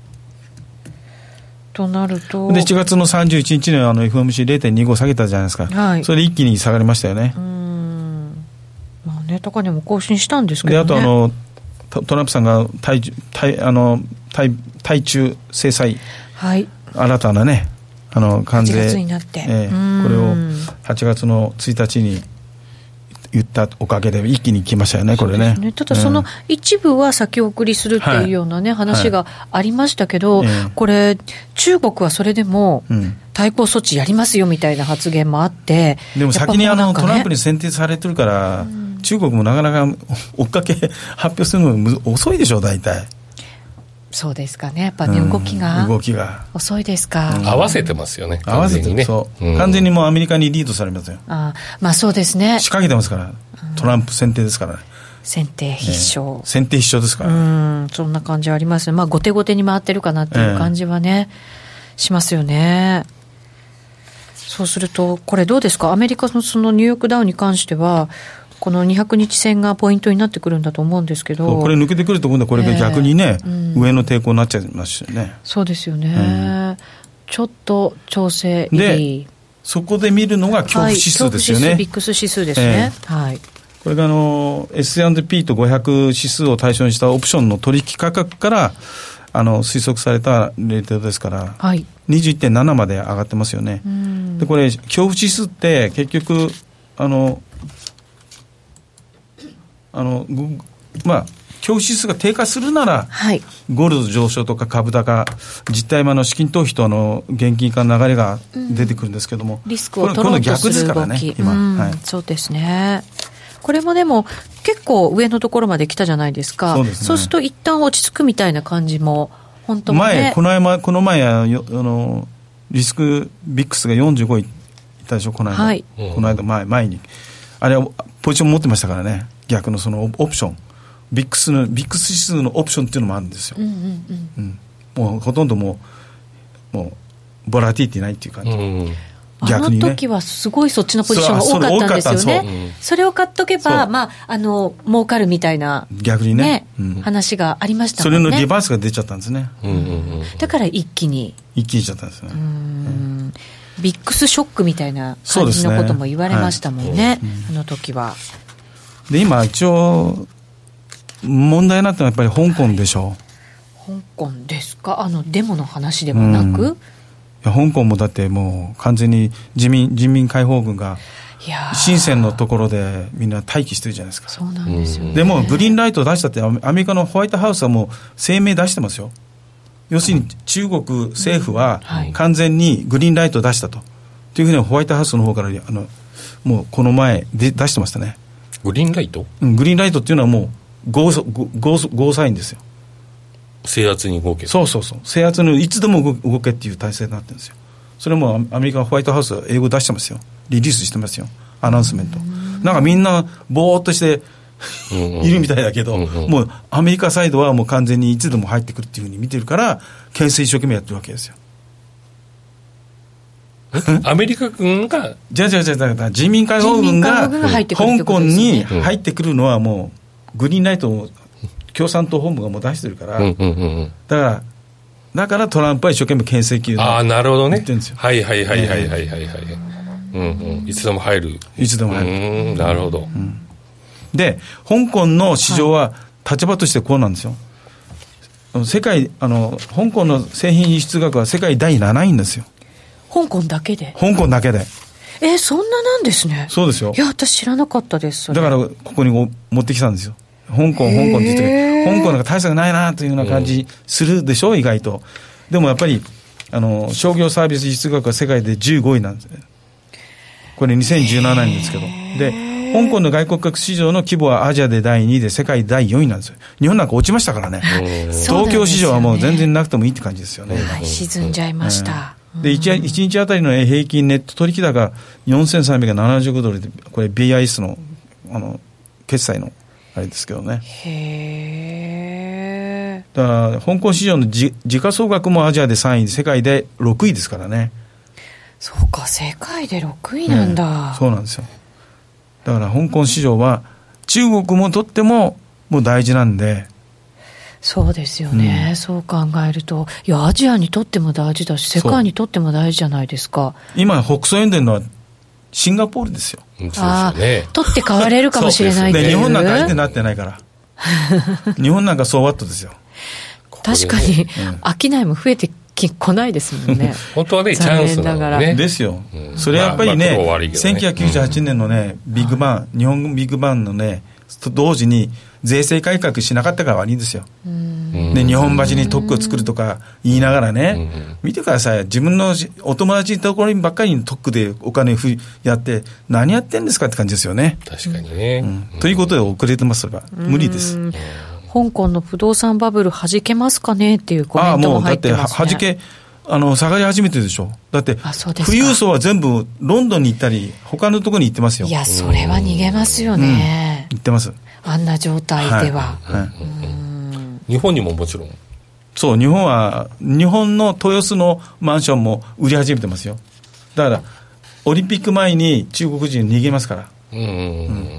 となるとでしちがつのさんじゅういちにちにあの エフオーエムシーゼロてんにご 下げたじゃないですか、 はい、 それで一気に下がりましたよね。 うん、まあね、高値も更新したんですけどね。 であとあのトランプさんが対対あの対対中制裁、 はい、 新たなねあの関税、 はちがつになって、 えー、これをはちがつのついたちに言ったおかげで一気に来ましたよね、これ ね, ねただその一部は先送りするっていうような、ね、はい、話がありましたけど、はい、これ中国はそれでも対抗措置やりますよみたいな発言もあって、 うん、でも先にあの、ね、トランプに選定されてるから、うん、中国もなかなか追っかけ発表するの遅いでしょ大体。 そうですかね、やっぱね、うん、動きが動きが遅いですか、 うん、合わせてますよね、 完全にね、そう、うん、完全にもうアメリカにリードされますよ。 あ、まあそうですね、 仕掛けてますから、トランプ選定ですからね。 先手必勝、 えー、先手必勝ですから、ね、 うんそんな感じはありますね。まあ後手後手に回ってるかなっていう感じはね、えー、しますよね。そうするとこれどうですか、アメリカのそのニューヨークダウに関してはこのにひゃくにち線がポイントになってくるんだと思うんですけど、 これ抜けてくると今度はこれが逆にね、えーうん、上の抵抗になっちゃいますよね。 そうですよね、うん、ちょっと調整入りでそこで見るのが恐怖指数ですよね、はい、 ビックス指数ですね、えーはい、 これがあの エスアンドピー とごひゃく指数を対象にしたオプションの取引価格からあの推測されたレートですから、はい、にじゅういってんなな まで上がってますよね。でこれ恐怖指数って結局あのあのまあ恐怖指数が低下するなら、はい、ゴールド上昇とか株高実態の資金投資とあの現金化の流れが出てくるんですけども、 うん、リスクを取ろうとする動き、 ね、今、うんはい、そうですね。これもでも結構上のところまで来たじゃないですか。そうですね。そうすると一旦落ち着くみたいな感じも本当もね、 前この前この前あのリスクビックスがよんじゅうごいいったでしょ、この間、はい、この間前前にあれはポジション持ってましたからね。逆のそのオプションビックスのビックス指数のオプションっていうのもあるんですよ、うんうんうんうん、もうほとんどもうもうボラティティないっていう感じ、うんうん、逆にね、あの時はすごいそっちのポジションが多かったんですよね。 そ, そ, そ, それを買っとけば、まあ、あの儲かるみたいな逆に ね, ね、 うん、話がありましたもんね。 それのリバースが出ちゃったんですね、うんうんうん、 だから一気に一気にいっちゃったんですね。うん、 うんビックスショックみたいな感じのことも言われましたもんね、はい、あの時は。 で今一応問題になったのはやっぱり香港でしょう。香港ですか。あのデモの話でもなく、うん、いや香港もだってもう完全に自民人民解放軍が深センのところでみんな待機してるじゃないですか。 そうなんですよね。 でもグリーンライトを出したってアメリカのホワイトハウスはもう声明出してますよ。要するに中国政府は完全にグリーンライトを出したと、というふうにホワイトハウスの方からあのもうこの前で出してましたね。 グリーンライト、 うん、グリーンライトっていうのはもうゴー、ゴー、ゴーサインですよ。 制圧に動け。 そうそうそう。制圧のいつでも動けっていう体制になってるんですよ。それもアメリカのホワイトハウスは英語出してますよ。リリースしてますよ。アナウンスメント。なんかみんなぼーっとしているみたいだけど、うんうん、もうアメリカサイドはもう完全にいつでも入ってくるっていうふうに見てるから牽制一生懸命やってるわけですよ。 アメリカ軍がじゃあじゃあじゃあじゃあ人民解放軍が香港に入ってくるのはもうグリーンライトを共産党本部がもう出してるから、うんうんうん、だからだからトランプは一生懸命牽制球をああなるほどね、はいはいはいはいはいはいはい、うんうん、いつでも入るいつでも入る、 うんなるほど、うん、 で香港の市場は立場としてこうなんですよ。世界あの香港の製品輸出額は世界だいなないんですよ。 香港だけで香港だけでえー、そんななんですね。 そうですよ。 いや私知らなかったです。それだからここに持ってきたんですよ。香港香港って言って香港なんか大差がないなというような感じするでしょ、うん、意外と。でもやっぱりあの商業サービス輸出額は世界でじゅうごいなんですね。これにせんじゅうななねんですけど、で香港の外国為替市場の規模はアジアでだいにいで世界だいよんいなんですよ。日本なんか落ちましたからね。東京市場はもう全然なくてもいいって感じですよね。 はい、沈んじゃいました、 うん、で 1, いちにちあたりの平均ネット取引高よんせんさんびゃくななじゅうごドルで、これ ビーアイエス の, あの決済のあれですけどね。 へー。だから香港市場の時価総額もアジアでさんい、世界でろくいですからね。 そうか、世界でろくいなんだ、 ね、そうなんですよ。だから香港市場は中国もとってももう大事なんで。 そうですよね、うん、そう考えるといやアジアにとっても大事だし世界にとっても大事じゃないですか。 今北総円でのはシンガポールですよ。 ああ、ね、取って買われるかもしれないっていう。 で日本なんか相手になってないから日本なんかソーワットですよ。 確かに、うん、商いも増えてこないですもんね本当はねチャンスなのね。 ですよ、うん、それやっぱり ね,、まあまあねせんきゅうひゃくきゅうじゅうはちねんのね、うん、ビッグバン、日本ビッグバンのねと同時に税制改革しなかったから悪いんですよ。で日本橋に特区を作るとか言いながらね、見てください、自分のお友達のところにばっかりに特区でお金ふやって何やってんですかって感じですよね。 確かにね、 うんうん、ということで遅れてます。それは無理です。 香港の不動産バブル弾けますかねっていうコメントも入ってますね。 ああもうだって弾けあの下がり始めてるでしょ。だって富裕層は全部ロンドンに行ったり他のところに行ってますよ。 いやそれは逃げますよね、 うん、行ってます。 あんな状態では、はいはい、 うん日本にももちろんそう日本は日本の豊洲のマンションも売り始めてますよ。だからオリンピック前に中国人逃げますから、うんうん、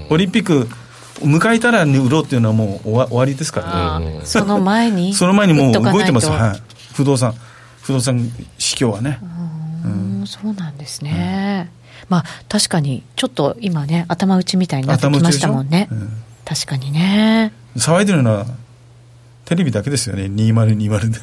オリンピック迎えたら売ろうっていうのはもう終 わ, 終わりですからね。 その前にその前にもう動いてます、はい、不動産不動産市況はね。 うん、うん、そうなんですね、うん、まあ確かにちょっと今ね頭打ちみたいになってきましたもんね、うん、確かにね。 騒いでるのはテレビだけですよね。にせんにじゅうで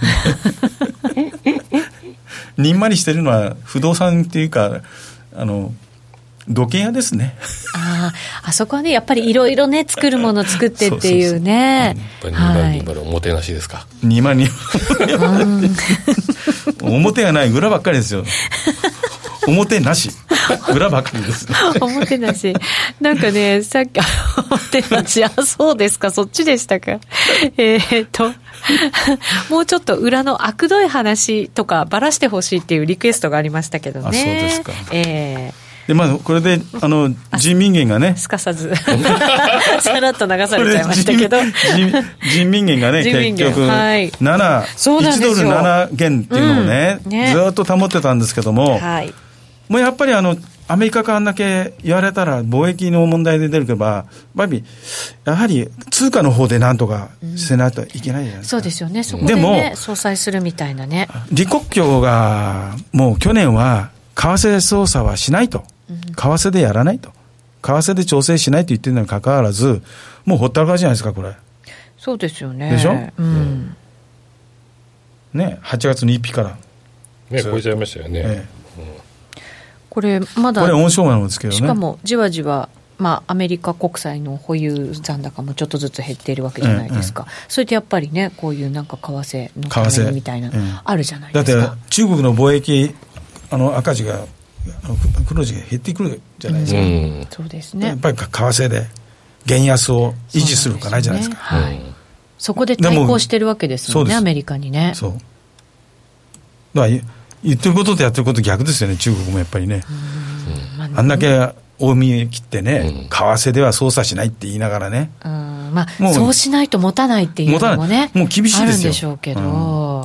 にんまりしてるのは不動産っていうかあの土建屋ですね。 ああ、あそこはねやっぱりいろいろね作るもの作ってっていうね。 そうそうそう、やっぱりにせんにじゅうおもてなしですか。 にせんにじゅう表がない裏ばっかりですよ。表なし裏ばっかりです。 表なしなんかねさっき表なしあそうですかそっちでしたか。えー、っともうちょっと裏の悪どい話とかばらしてほしいっていうリクエストがありましたけどね。 あそうですか。 えーでまあ、これであの人民元がねすかさずさらっと流されちゃいましたけど人, 人民元がね結局はい、 いちドルななげんっていうのをね、うん、ねずっと保ってたんですけども、はい、もうやっぱりあのアメリカからあんだけ言われたら貿易の問題で出るけばやはり通貨の方でなんとかせないといけないじゃないですか、うん、そうですよね。そこでね相殺するみたいなね。李克強がもう去年は為替操作はしないと、為替でやらないと、為替で調整しないと言ってるのにかかわらずもうほったらかしじゃないですかこれ。 そうですよね。 でしょ、 うんね、はちがつのついたちからね超えちゃいましたよね、ええ、うん、 これまだこれ温床なんですけどね。 しかもじわじわ、まあ、アメリカ国債の保有残高もちょっとずつ減っているわけじゃないですか、うんうん、それでやっぱりねこういうなんか為替のためにみたいな、うん、あるじゃないですか。 だって中国の貿易あの赤字が黒字が減ってくるじゃないですか、うん、 そうですね。 やっぱり為替で元安を維持するかないじゃないですか。 そうですね、はい、そこで対抗してるわけですもんねアメリカにね。 そうだから言ってることとやってること逆ですよね中国もやっぱりね。うん、まあ、あんだけ大見切ってね、うん、為替では操作しないって言いながらね、 うん、まあ、そうしないと持たないっていうのもねもう厳しいですよ。 あるんでしょうけど、うん、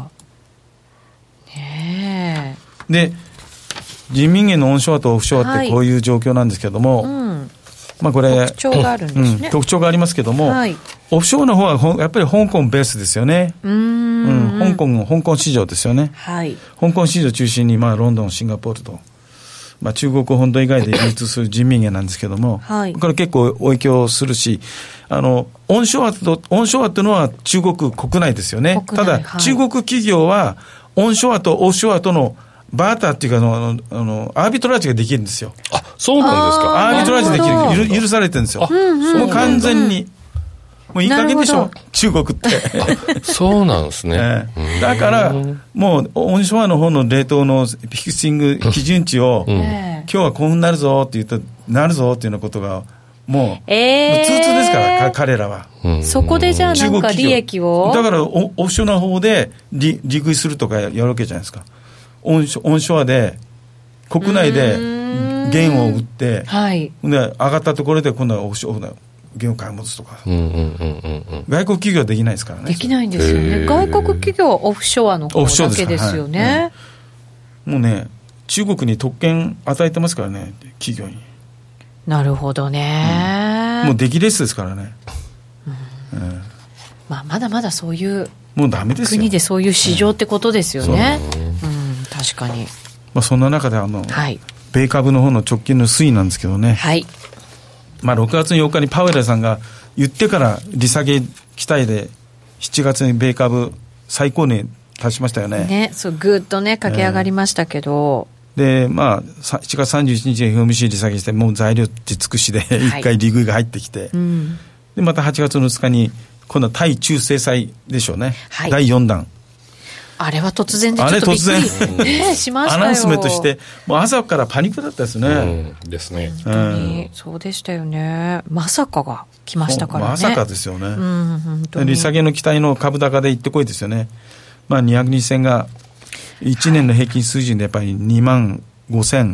ねえで人民元のオンショアとオフショアってこういう状況なんですけども、はい、うん、まあ、これ特徴があるんですね、 うん、特徴がありますけども、はい、オフショアの方はやっぱり香港ベースですよね。 うーん、 うん、香港香港市場ですよね、 はい、 香港市場中心に、まあ、ロンドンシンガポールと、まあ、中国本土以外で流通する人民元なんですけども、はい、これ結構影響するし、あのオンショアとオンショアというのは中国国内ですよね。ただ、はい、中国企業はオンショアとオフショアとのバーターっていうかあのあのアービトラージができるんですよ。 あ、そうなんですか。 アービトラージできる許されてるんですよ。もう完全にもういい加減でしょ中国ってそうなんですね、 えー、だからもうオンショアの方のレートのフィクシング基準値を、うん、今日はこうになるぞって言うとなるぞっていうようなことがもう、えー、通通ですから彼らは、 うん、そこでじゃあなんか利益をだからオフショアの方で利食いするとかやるわけじゃないですか。オンショアで国内で元を売って、はい、で上がったところで今度はオフショアで元を買い戻すとか、うんうんうんうん、外国企業はできないですからね。 できないんですよね。外国企業はオフショアの方だけですよね、はい、 ね、もうね中国に特権与えてますからね企業に。 なるほどね、 うん、もう出来レースですからね、 うん、うん、まあ、まだまだそういうもうダメですよ国でそういう市場ってことですよね、うんうん、確かに、 まあ、そんな中であの、はい、米株の方の直近の推移なんですけどね、 はい、 まあ、ろくがつようかにパウエルさんが言ってから利下げ期待でしちがつに米株最高値達しましたよね。 ね、そうぐっとね駆け上がりましたけど、 えー、でまあしちがつさんじゅういちにちに エフオーエムシー 利下げしてもう材料地尽くしで一回利食いが入ってきて、はい、うん、でまたはちがつむいかに今度は対中制裁でしょうね、はい、だいよんだん。 あれは突然でちょっとびっくり、ね、しましたよ。 アナウンスメントしてもう朝からパニックだったですね、 うん、ですね、 本当に、うん、そうでしたよね。まさかが来ましたからね。 まさかですよね、うん、 本当に利下げの期待の株高で行ってこいですよね。まあ、にひゃくにじゅう銭がいちねんの平均水準でやっぱりにまんごせん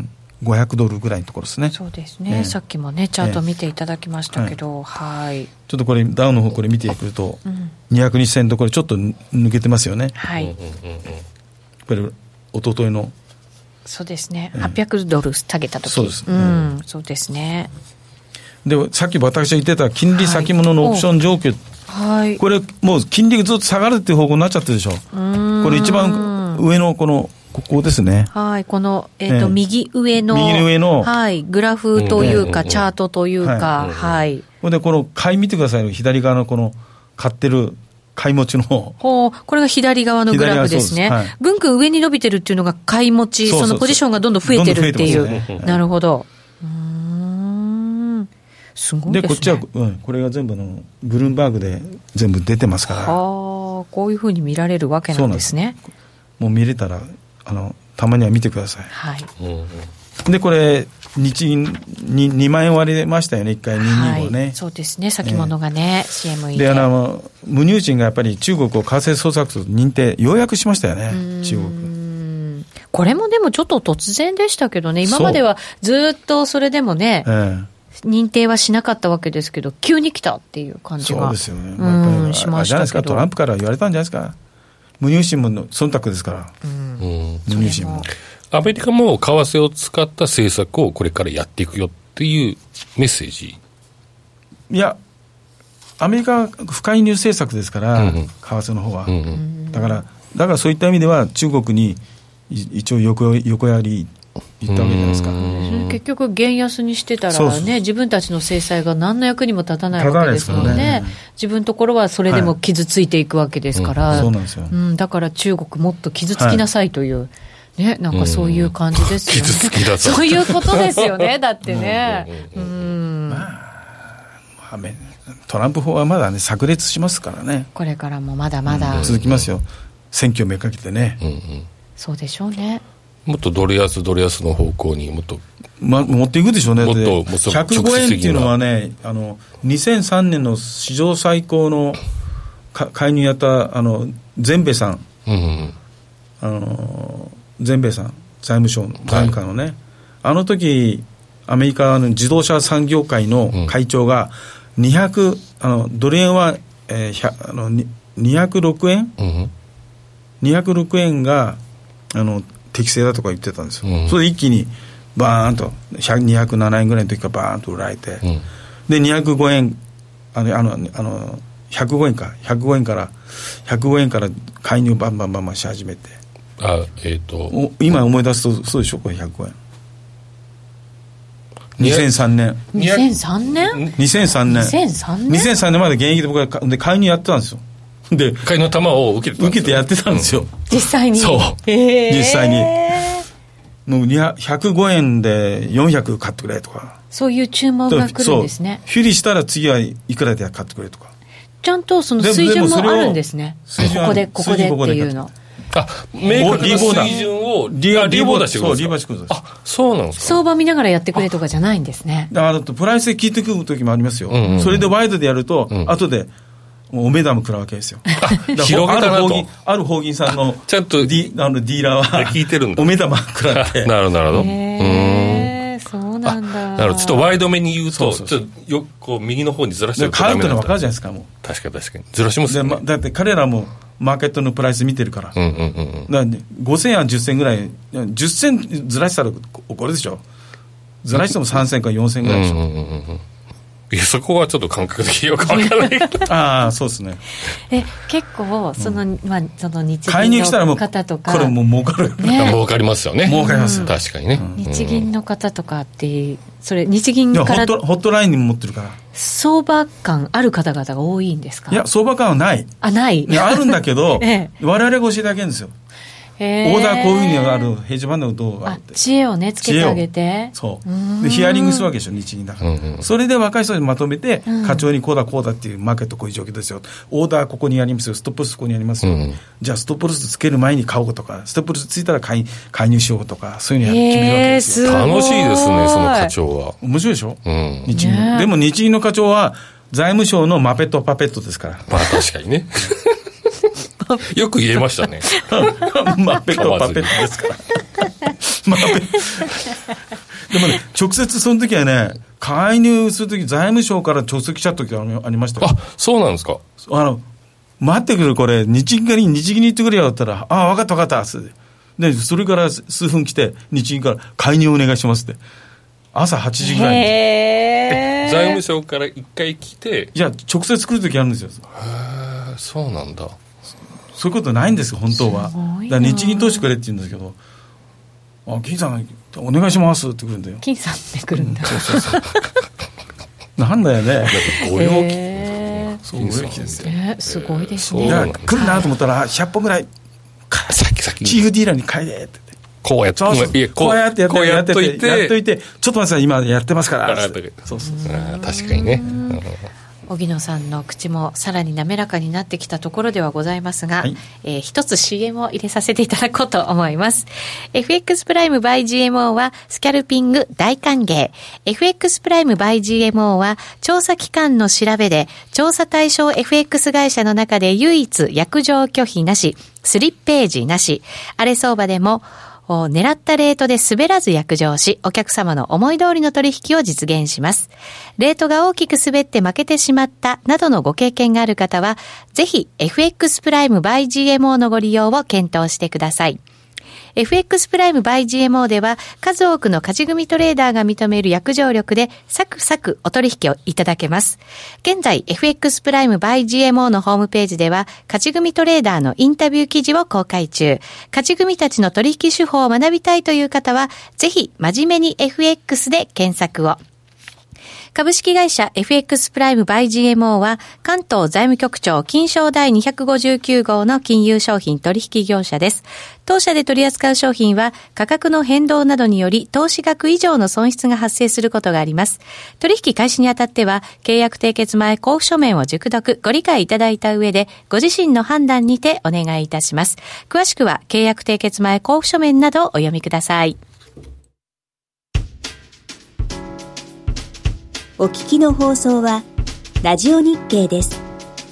ごひゃくドルぐらいのところですね。 そうですね、えー、さっきもねチャート見ていただきましたけど、えー、はい、 ちょっとこれダウの方これ見ていくと、うん、にひゃくにち線とこれちょっと抜けてますよね。 はい、 これ一昨日のそうですね、えー、はっぴゃくドル下げた時、 そうです、 うん、そうですね。でさっき私が言ってた金利先物のオプション状況、はい、これもう金利がずっと下がるっていう方向になっちゃってるでしょ。これ一番上のこのここですね。 はい、この、えーとえー、右上の右上の、 はい、グラフというか、うん、チャートというか、はい、はい、 これでこの買い見てください。左側のこの買ってる買い持ちの方、 ほう、これが左側のグラフですね。はい、ぐんぐん上に伸びてるっていうのが買い持ち、そのポジションがどんどん増えてるっていう、ね、なるほど。うーん、すごいですね。 でこっちは、うん、これが全部のブルームバーグで全部出てますから。 はあ、こういうふうに見られるわけなんですね。 もう見れたらあのたまには見てください。 はい。 でこれ日銀ににまん円割れましたよね、いっかいにひゃくにじゅうごね、 はい、そうですね、先物がね、えー、シーエムイー でであの無入金がやっぱり中国を為替操作と認定ようやくしましたよね、中国。 これもでもちょっと突然でしたけどね、今まではずっとそれでもね、えー、認定はしなかったわけですけど、急に来たっていう感じがそうですよね、まあ、やっぱりしましたけど、あれじゃないですか、トランプから言われたんじゃないですか、無入金も忖度ですから、うん、無入金も。 アメリカも為替を使った政策をこれからやっていくよっていうメッセージ。 いや、アメリカは不介入政策ですから、うんうん、為替の方は、うんうん、だからだからそういった意味では中国に一応横、横やり言ったわけじゃないですか。 結局減安にしてたらね、そうそう、自分たちの制裁が何の役にも立たないわけですもん ね, ね自分のところはそれでも傷ついていくわけですから、はい、 うん、そうなんですよ、 うん、だから中国もっと傷つきなさいという、はいね、なんかそういう感じですよね、うん、傷つきだそういうことですよねだってね、うんうん、まあ、トランプ法はまだね炸裂しますからね、 これからもまだまだ、 うん、続きますよ、選挙めかけてね、うんうん、 そうでしょうね。 もっとドル安ドル安の方向にもっと、 ま、持っていくでしょうね。 もっとひゃくごえんっていうのはね、あのにせんさんねんの史上最高の介入やったあの全米さん、うんうん、あの全米さん財務省の財務官のね、はい、あの時アメリカの自動車産業界の会長がにひゃく、あのドル円は、えー、あのにひゃくろくえん、うん、にひゃくろくえんがあの適正だとか言ってたんですよ、うん、それで一気にバーンとにひゃくななえんぐらいの時からバーンと売られて、うん、でにひゃくごえんあのあのあのひゃくごえんかひゃくごえんからひゃくごえんから介入バンバンバンバンし始めて、 あ、えー、と今思い出すとそうでしょ、これひゃくごえんにせんさんねんにせんさんねんにせんさんねんにせんさんねんにせんさんねんまで現役で僕はで介入やってたんですよ。で介入の球を受けてたんですよ、 受けてやってたんですよ、うん、 実際に。 そう、えー、実際にもうひゃくごえんでよんひゃく買ってくれとか、 そういう注文が来るんですね。 フィリしたら次はいくらで買ってくれとか、 ちゃんとその水準もあるんですね。ここでここでっていうの、 あ、明確な水準をリーボー出してくるんですか。 そう、リーボー出してくるんです。 あ、そうなんですか。 相場見ながらやってくれとかじゃないんですね。 だからプライスで聞いてくる時もありますよ、うんうんうん、それでワイドでやると、うん、後でお値段も食らうわけですよ。 広げたなと。 ある法銀さんのちゃんと D あのディーラーは聞いてるんだ、 お目玉食らってなるほどなるほど、 へー、そうなんだ。 なるほど、ちょっとワイドめに言うと、そうそうそう、ちょっとよこう右の方にずらしてると買うってのは分かるじゃないですか。もう確かに確かにずらしますよね。 で、ま、だって彼らもマーケットのプライス見てるから、うんうんうんうん、だから、ね、ごせんやじゅっせんぐらい、じゅっせんずらしたら怒るでしょ。ずらしてもさんせんかよんせんぐらいでしょ、うんうんうんうん、 いや、そこはちょっと感覚的によく分からないああ、そうですね。 え、結構その、うん、まあ、その日銀の方とかこれもう儲かる、 ね、儲かりますよね。 儲かります、うん、 確かにね、 うん、日銀の方とかってそれ日銀からホット、ホットラインにも持ってるから、 相場感ある方々が多いんですか。 いや、相場感はない。 あ、ない。 いや、あるんだけど、ええ、我々が教えてあげるんですよ。オーダーこういうふうにあるヘッジファンドのどうがあって、 知恵をねつけてあげて、 そうでヒアリングするわけでしょ、日銀だから、うんうん、それで若い人にまとめて、うん、課長にこうだこうだっていうマーケットこういう状況ですよ、オーダーここにありますよ、ストップロスここにありますよ、うん、じゃあストップロスつける前に買おうとか、ストップロスついたら買い介入しようとか、そういうのや決めるわけですよ。 楽しいですね、その課長は。 面白いでしょ、うん、日銀でも日銀の課長は財務省のマペットパペットですから。 まあ確かにねよく言えましたねマペットパペットですからマペでもね、直接その時はね、介入する時財務省から直接来ちゃった時がありましたよ。 あ、そうなんですか。 あの待ってくる、これ日銀から日銀に行ってくれよって言ったら、ああ分かった分かったで、それから数分来て日銀から介入お願いしますって、朝はちじぐらいに。 へー、 財務省から一回来て、 いや直接来る時あるんですよ。 へー、そうなんだ。 そういうことないんですよ本当は。だから日銀通してくれって言うんですけど、あ、金さんお願いしますって来るんだよ。 金さんって来るんだ、うん、そうそうそうなんだよね。 ご用金、 えー、 そうご用金ですよ、 えー、すごいですね。 いや来るなと思ったらひゃっぽんぐらい先先チーフディーラーに買えって言ってこうやってそうそういやこうやってやってやってやってやっといて、ちょっと待ってください今やってますからって。そうそうそう、 あ、確かにね。 荻野さんの口もさらに滑らかになってきたところではございますが、はい、えー、一つ シーエム を入れさせていただこうと思います。 エフエックス プライム by ジーエムオー はスキャルピング大歓迎。 エフエックス プライム by ジーエムオー は調査機関の調べで調査対象 エフエックス 会社の中で唯一約定拒否なし、スリッページなし、荒れ相場でも狙ったレートで滑らず約定し、お客様の思い通りの取引を実現します。レートが大きく滑って負けてしまったなどのご経験がある方は、ぜひ エフエックス プライム by ジーエムオー のご利用を検討してください。エフエックス プライム by ジーエムオー では数多くの勝ち組トレーダーが認める約定力でサクサクお取引をいただけます。現在 エフエックス プライム by ジーエムオー のホームページでは勝ち組トレーダーのインタビュー記事を公開中。勝ち組たちの取引手法を学びたいという方はぜひ真面目に エフエックス で検索を。株式会社 エフエックス プライム by ジーエムオー は関東財務局長金商第にひゃくごじゅうきゅう号の金融商品取引業者です。当社で取り扱う商品は価格の変動などにより投資額以上の損失が発生することがあります。取引開始にあたっては契約締結前交付書面を熟読ご理解いただいた上でご自身の判断にてお願いいたします。詳しくは契約締結前交付書面などをお読みください。 お聞きの放送はラジオ日経です。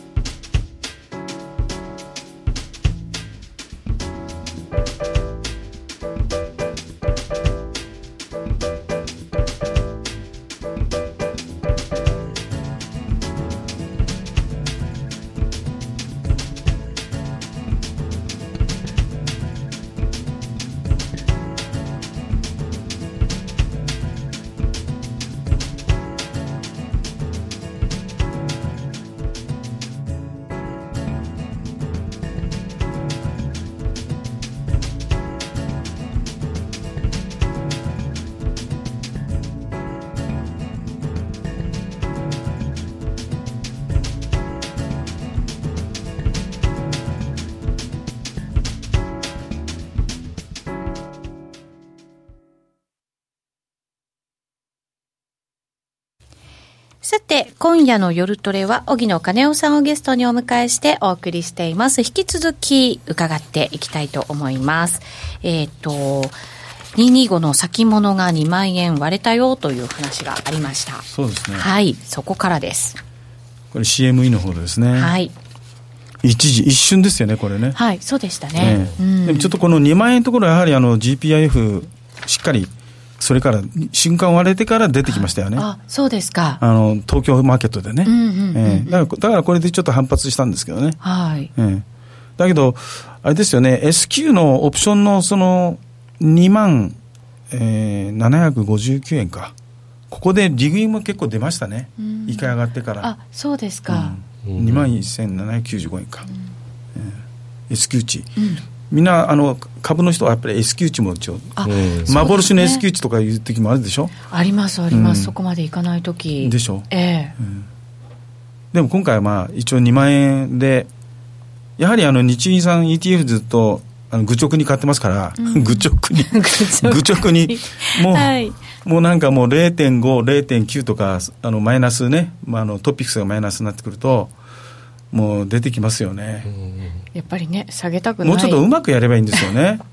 さて今夜の夜トレは荻野金夫さんをゲストにお迎えしてお送りしています。引き続き伺っていきたいと思います。えっとにひゃくにじゅうごの先物がにまんえん割れたよという話がありました。 そうですね。 はい、そこからです。 これ シーエムイー の方ですね。 はい。 一時一瞬ですよねこれね。 はい、そうでしたね。 えーうん、でもちょっとこのにまんえんのところはやはりあの ジーピーアイエフ しっかりそれから瞬間割れてから出てきましたよね。 あ、そうですか。 あの東京マーケットでね、 うんうんうんうん、 えー、だからだからこれでちょっと反発したんですけどね。 はい。 えー、だけどあれですよね エスキュー のオプションのそのにまんななひゃくごじゅうきゅうえんか、ここで利食いも結構出ましたね。一回上がってから。 あ、そうですか。 うん、にまんせんななひゃくきゅうじゅうごえんか、うんえー、S q 値、うん、みんなあの株の人はやっぱり S q 値も一応幻の S q 値とかいう時もあるでしょ。 ありますあります、うん、そこまでいかない時でしょ、 えーうん、でも今回はまあ一応にまんえんで、やはりあの日銀さん イーティーエフ ずっとあの愚直に買ってますから、うん、愚直に愚直にもう、はい、もうなんかもう れいてんご、れいてんきゅう とかあのマイナスね、まあ、あのトピックスがマイナスになってくるともう出てきますよね。 やっぱりね下げたくない、 もうちょっとうまくやればいいんですよね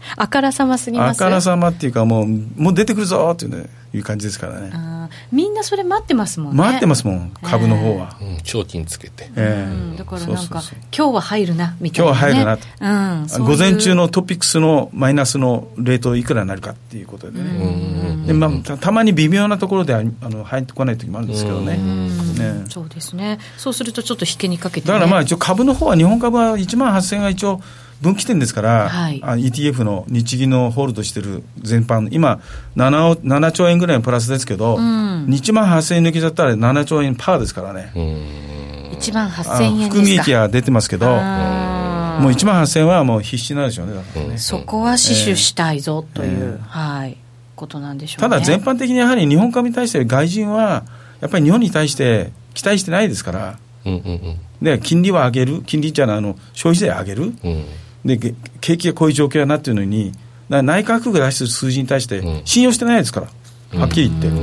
あからさますぎます。 あからさまっていうかもうもう出てくるぞっていう、ね、いう感じですからね。 あみんなそれ待ってますもんね。 待ってますもん株の方は、 えーうん、長期につけて、 えーうん、だからなんかそうそうそう今日は入るなみたいな、ね、 今日は入るなと、 うん、そういう午前中のトピックスのマイナスのレートいくらになるかっていうことでね、うんで、まあ、た, たまに微妙なところであの入ってこない時もあるんですけどね、 うんねそうですね。そうするとちょっと引けにかけて、ね、 だからまあ一応株の方は日本株はいちまんはっせんが一応分岐点ですから、はい、イーティーエフ の日銀のホールドしてる全般今 7, ななちょうえんぐらいのプラスですけど、うん、いちまんはっせんえん抜けちゃったらななちょうえんパーですからね。 いちまんはっせんえんですか。 含み益は出てますけどもういちまんはっせんはもう必死なんでしょうね。だからね、 そこは死守したいぞという、えーはい、ことなんでしょうね。 ただ全般的にやはり日本株に対して外人はやっぱり日本に対して期待してないですから、うんうんうん、で金利は上げる、金利じゃないあの消費税上げる、うんで景気がこういう状況になっているのに内閣府が出している数字に対して信用してないですから、うん、はっきり言って、うん、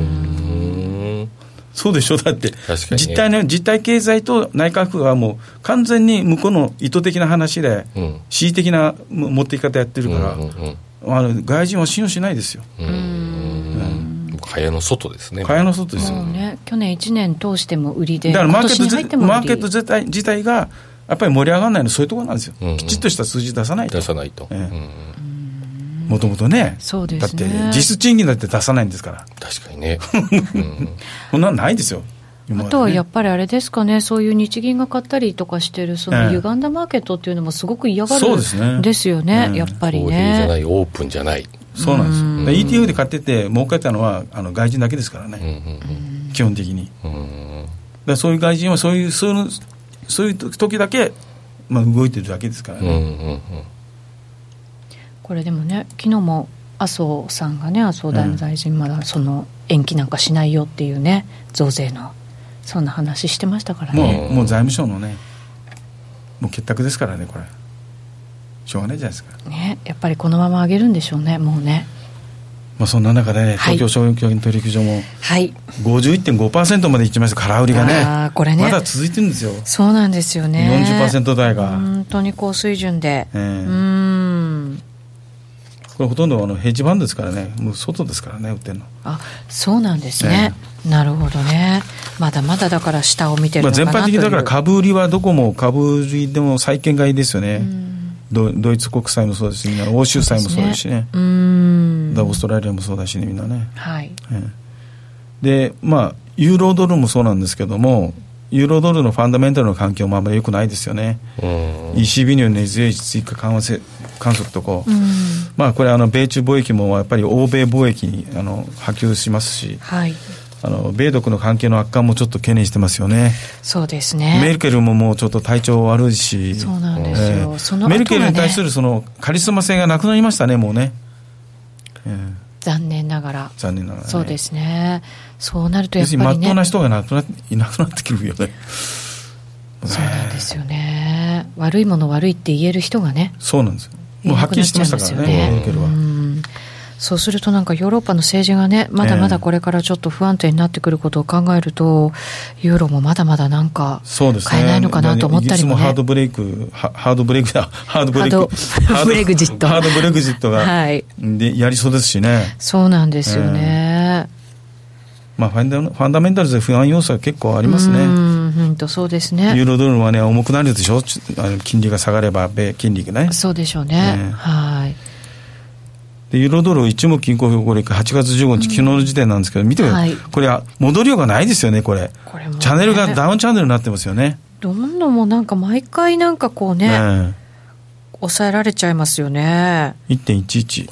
そうでしょ。だって実態の実体経済と内閣府はもう完全に向こうの意図的な話で、うん、恣意的な持っていき方やってるから、うんうんうん、あの外人は信用しないですよ。うんうん蚊帳の外ですね。 蚊帳の外ですよ、 ね、去年いちねん通しても売りで、 だからマーケット今年に入っても売り、 マーケット自体、自体がやっぱり盛り上がらないのはそういうところなんですよ、うんうん、きちっとした数字出さないと出さないと、 もともとね、 そうですね、 だって実質賃金だって出さないんですから。 確かにね、 うん、そんなのないですよ。 あとはやっぱりあれですかね、そういう日銀が買ったりとかしてるその歪んだマーケットっていうのもすごく嫌がるんですよね、やっぱりね。 公平じゃない、オープンじゃない。 そうなんですよ、うん、イーティーエフ で買ってて儲かったのはあの外人だけですからね、うんうんうん、基本的に、うん、だからそういう外人はそういうそういうそういう時だけ、まあ、動いてるだけですからね、うんうんうん、 これでもね、昨日も麻生さんがね、麻生大大臣まだその延期なんかしないよっていうね、増税のそんな話してましたからね。 もう、もう財務省のねもう結託ですからね、これしょうがないじゃないですか、 ね、やっぱりこのまま上げるんでしょうね、もうね。 まあ、そんな中で、ね、東京証券取引所も ごじゅういってんごパーセント までいきました。空売りが ね, あこれねまだ続いてるんですよ。 そうなんですよね。 よんじゅっパーセント 台が本当に高水準で、えー、うーんこれほとんどあのヘッジファンドですからね、もう外ですからね売ってるの。 あ、そうなんですね、えー、なるほどね。まだまだだから下を見てるのかなという、 まあ、全般的にだから株売りはどこも株売りでも債券買いですよね。うんド, ドイツ国債もそうですし、みんな欧州債もそうですしね、うーんだオーストラリアもそうだしね、みんなね、 はいえー、でまあユーロドルもそうなんですけども、ユーロドルのファンダメンタルの環境もあんまり良くないですよね。 イーシービー による根強い追加緩和観測とこう、まあ、これあの米中貿易もやっぱり欧米貿易にあの波及しますし、はいあの米独の関係の悪化もちょっと懸念してますよね。 そうですね。 メルケルももうちょっと体調悪いし、 そうなんですよ、えー、その後はね、 メルケルに対するそのカリスマ性がなくなりましたね、もうね、えー、 残念ながら残念ながら、ね、 そうですね。そうなるとやっぱりね、 まっとうな人がなくないなくなってくるよね。 そうなんですよね。悪いもの悪いって言える人がね、 そうなんですよ。もうはっきりしてましたからね、メルケルは。 うんそうするとなんかヨーロッパの政治がね、まだまだこれからちょっと不安定になってくることを考えると、ユーロもまだまだなんか買えないのかなと思ったりもね。 イギリスもハードブレイクハードブレイクだハードブレイクハードブレグジットハードブレグジットが、はい、でやりそうですしね。 そうなんですよね、えーまあ、ファンダ、ファンダメンタルズで不安要素は結構ありますね。 うんうんとそうですね。 ユーロドルはね重くなるでしょ、金利が下がれば米金利がね。 そうでしょうね、ねはいでユーロドル一目金衡表、これはちがつじゅうごにち、うん、昨日の時点なんですけど見てください、はい、これは戻りようがないですよね。これ、これもね、チャンネルがダウンチャンネルになってますよね。 どんどんもうなんか毎回なんかこうね、ね抑えられちゃいますよね。 いってんいちいち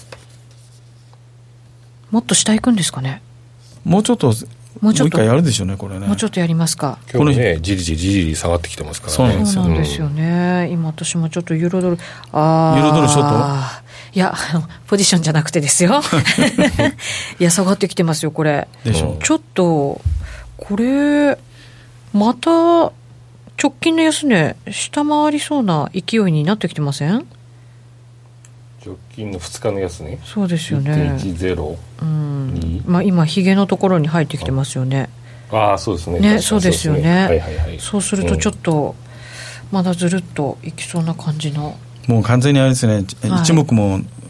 もっと下行くんですかね。 もうちょっともうちょっともう一回やるでしょうね、これね。 もうちょっとやりますか。 今日ね、じりじりじりじり下がってきてますからね。 そうなんですよ、 そうなんですよね、うん、今私もちょっとユーロドルあユーロドルショートいやポジションじゃなくてですよいや下がってきてますよ、これでしょ。 ちょっとこれまた直近の安値下回りそうな勢いになってきてません？ 直近のふつかの安値、 そうですよね。 いってんいちゼロ、うん、まあ、今ヒゲのところに入ってきてますよね。 ああそうですね、 ね、そうですよね、 はいはいはい、 そうするとちょっと、うん、まだずるっといきそうな感じの、 もう完全にあれですね、はい、一目も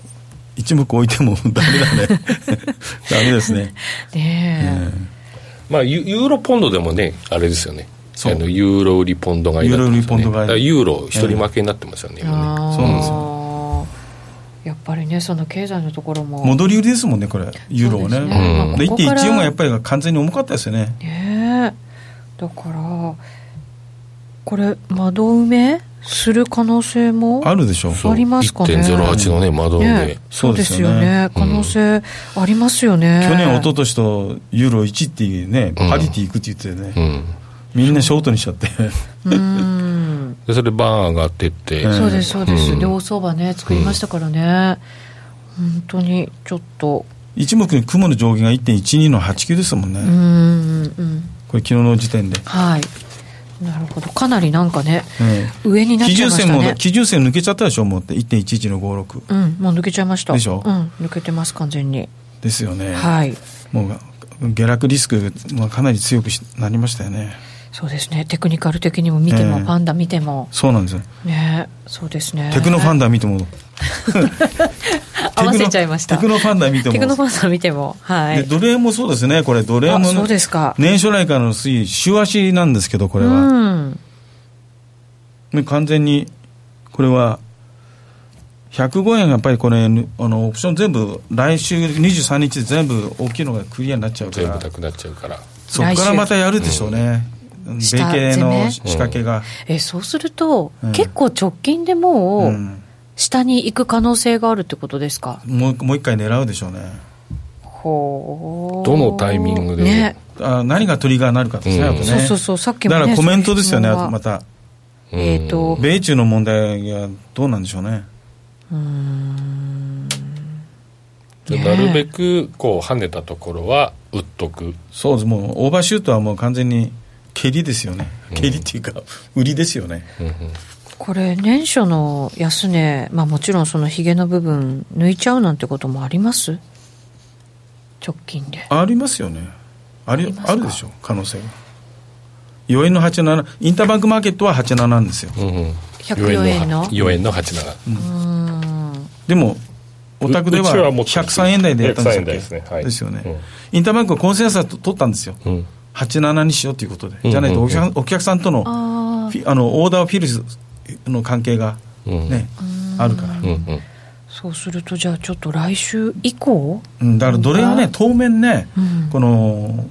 一目置いてもダメだねダメですね。 ねえ、まあ、ユ, ユーロポンドでもねあれですよね、あのユーロ売りポンド買いになってますよね。ユーロ売りポンド買い、ユーロ一人負けになってますよね、えー、今ね。 そうなんですよ。 やっぱりね、その経済のところも戻り売りですもんね、これユーロはね。ね、うん、で いってんいちよん がやっぱり完全に重かったですよね。 ね、だからこれ窓埋めする可能性もあるでしょう。 ありますかね。 いってんゼロはち のね窓埋め、 ね、そうですよね、可能性ありますよね、 うん、去年一昨年とユーロいちっていうね、パリティいくって言ってね、うん、みんなショートにしちゃってうんでそれバーン上がってって、 えー、そうですそうです、うん、で大相場ね作りましたからね、うん、本当にちょっと一目に雲の上限が いってんいちに のはちきゅうですもんね。うん、うん、これ昨日の時点で。 はい、なるほど、かなりなんかね、えー、上になっちゃいましたね。基準線も基準線抜けちゃったでしょ、もうって いってんいちいち のごろく、 うん、もう抜けちゃいましたでしょ、 うん、抜けてます完全に。 ですよね。 はい、 もう下落リスクがかなり強くなりましたよね。 そうですね、テクニカル的にも見ても、えー、ファンダ見てもそうなんですよね。そうですね、 テクノファンダ見ても合わせちゃいました。 テクノファンダ見てもテクノファンダ見ても、はい、 でドル円もそうですね。これドル円もそうですか、 年初来からの推移週足なんですけど、これは、うんね、完全にこれはひゃくごえん、やっぱりこれあのオプション全部来週にじゅうさんにちで全部大きいのがクリアになっちゃうから、 全部なくなっちゃうから、 そこからまたやるでしょうね、うん、米系の仕掛けが、 うん、えそうすると、うん、結構直近でもう、うん、下に行く可能性があるってことですか。 もう、もう一回狙うでしょうね。 ほどのタイミングで、 ね、あ何がトリガーになるかですね、うん、あとね。 そうそうそう、さっきもね、 だからコメントですよね、また、 えーと、 米中の問題がどうなんでしょうね。 うーん、 ね、なるべくこう跳ねたところは売っとく。 そうです、もうオーバーシュートはもう完全に蹴りですよね、うん、蹴りっていうか売りですよね、うんうん、 これ年初の安値、まあ、もちろんそのヒゲの部分抜いちゃうなんてこともあります？直近でありますよね。あり、あるでしょ、可能性が。よえんのはちじゅうなな、インターバンクマーケットははちじゅうなななんですよ、うんうん、 ひゃくよえんのよえんのはちじゅうなな、 うん、 でもお宅ではひゃくさんえん台でやったんですよ、ですね、はい、ですよね、うん、インターバンクはコンセンサス取ったんですよ、うん、はちじゅうななにしようということで、うん、じゃないとお客さん、お客さんとのああのオーダーフィルスの関係が、ね、うん、あるから、うんうん、 そうするとじゃあちょっと来週以降、 うん、だからどれがね当面ね、うん、この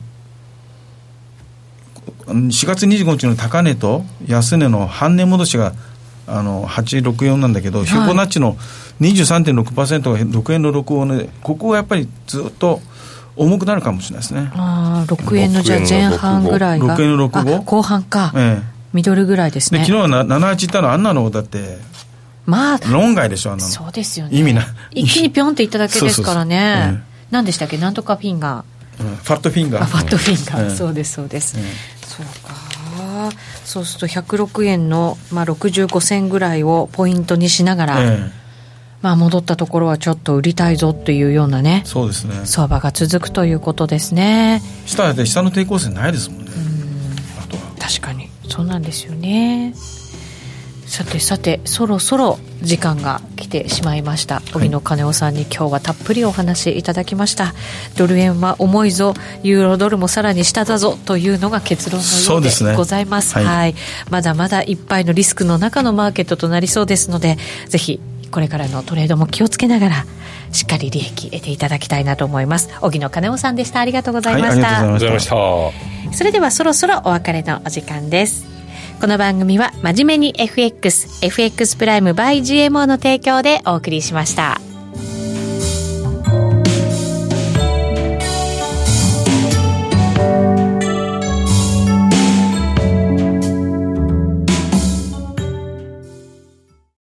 しがつにじゅうごにちの高値と安値の半値戻しがあのはちろくよんなんだけど、はい、フィボナッチの にじゅうさんてんろくパーセント がろくえんのろくごで、ここがやっぱりずっと重くなるかもしれないですね。 あろくえんのじゃあ前半ぐらいがろくえんのろくご、 後半か、ええ、ミドルぐらいですね。 で昨日はななじゅうはちいったの、あんなのだってまあ論外でしょ、あんなの。 そうですよね、 意味ない一気にピョンっていっただけですからね。そうそうそう、ええ、何でしたっけ、なんとかフィンガー、 うん、ファットフィンガー、 あファットフィンガー、ええ、そうですそうです、ええ、そうか。そうするとひゃくろくえんの、まあ、ろくじゅうごせんぐらいをポイントにしながら、ええ、まあ、戻ったところはちょっと売りたいぞっていうようなね、 そうですね、 相場が続くということですね。 下で下の抵抗線ないですもんね。うん、 あとは確かにそうなんですよね。さてさて、そろそろ時間が来てしまいました。荻野金夫さんに今日はたっぷりお話いただきました。ドル円は重いぞ、ユーロドルもさらに下だぞというのが結論のようでございます。そうですね、はいはい、まだまだいっぱいのリスクの中のマーケットとなりそうですので、ぜひこれからのトレードも気をつけながらしっかり利益得ていただきたいなと思います。荻野金夫さんでした。ありがとうございました。 はい、ありがとうございました。 それではそろそろお別れのお時間です。この番組は真面目に エフエックス、エフエックス プライム by ジーエムオー の提供でお送りしました。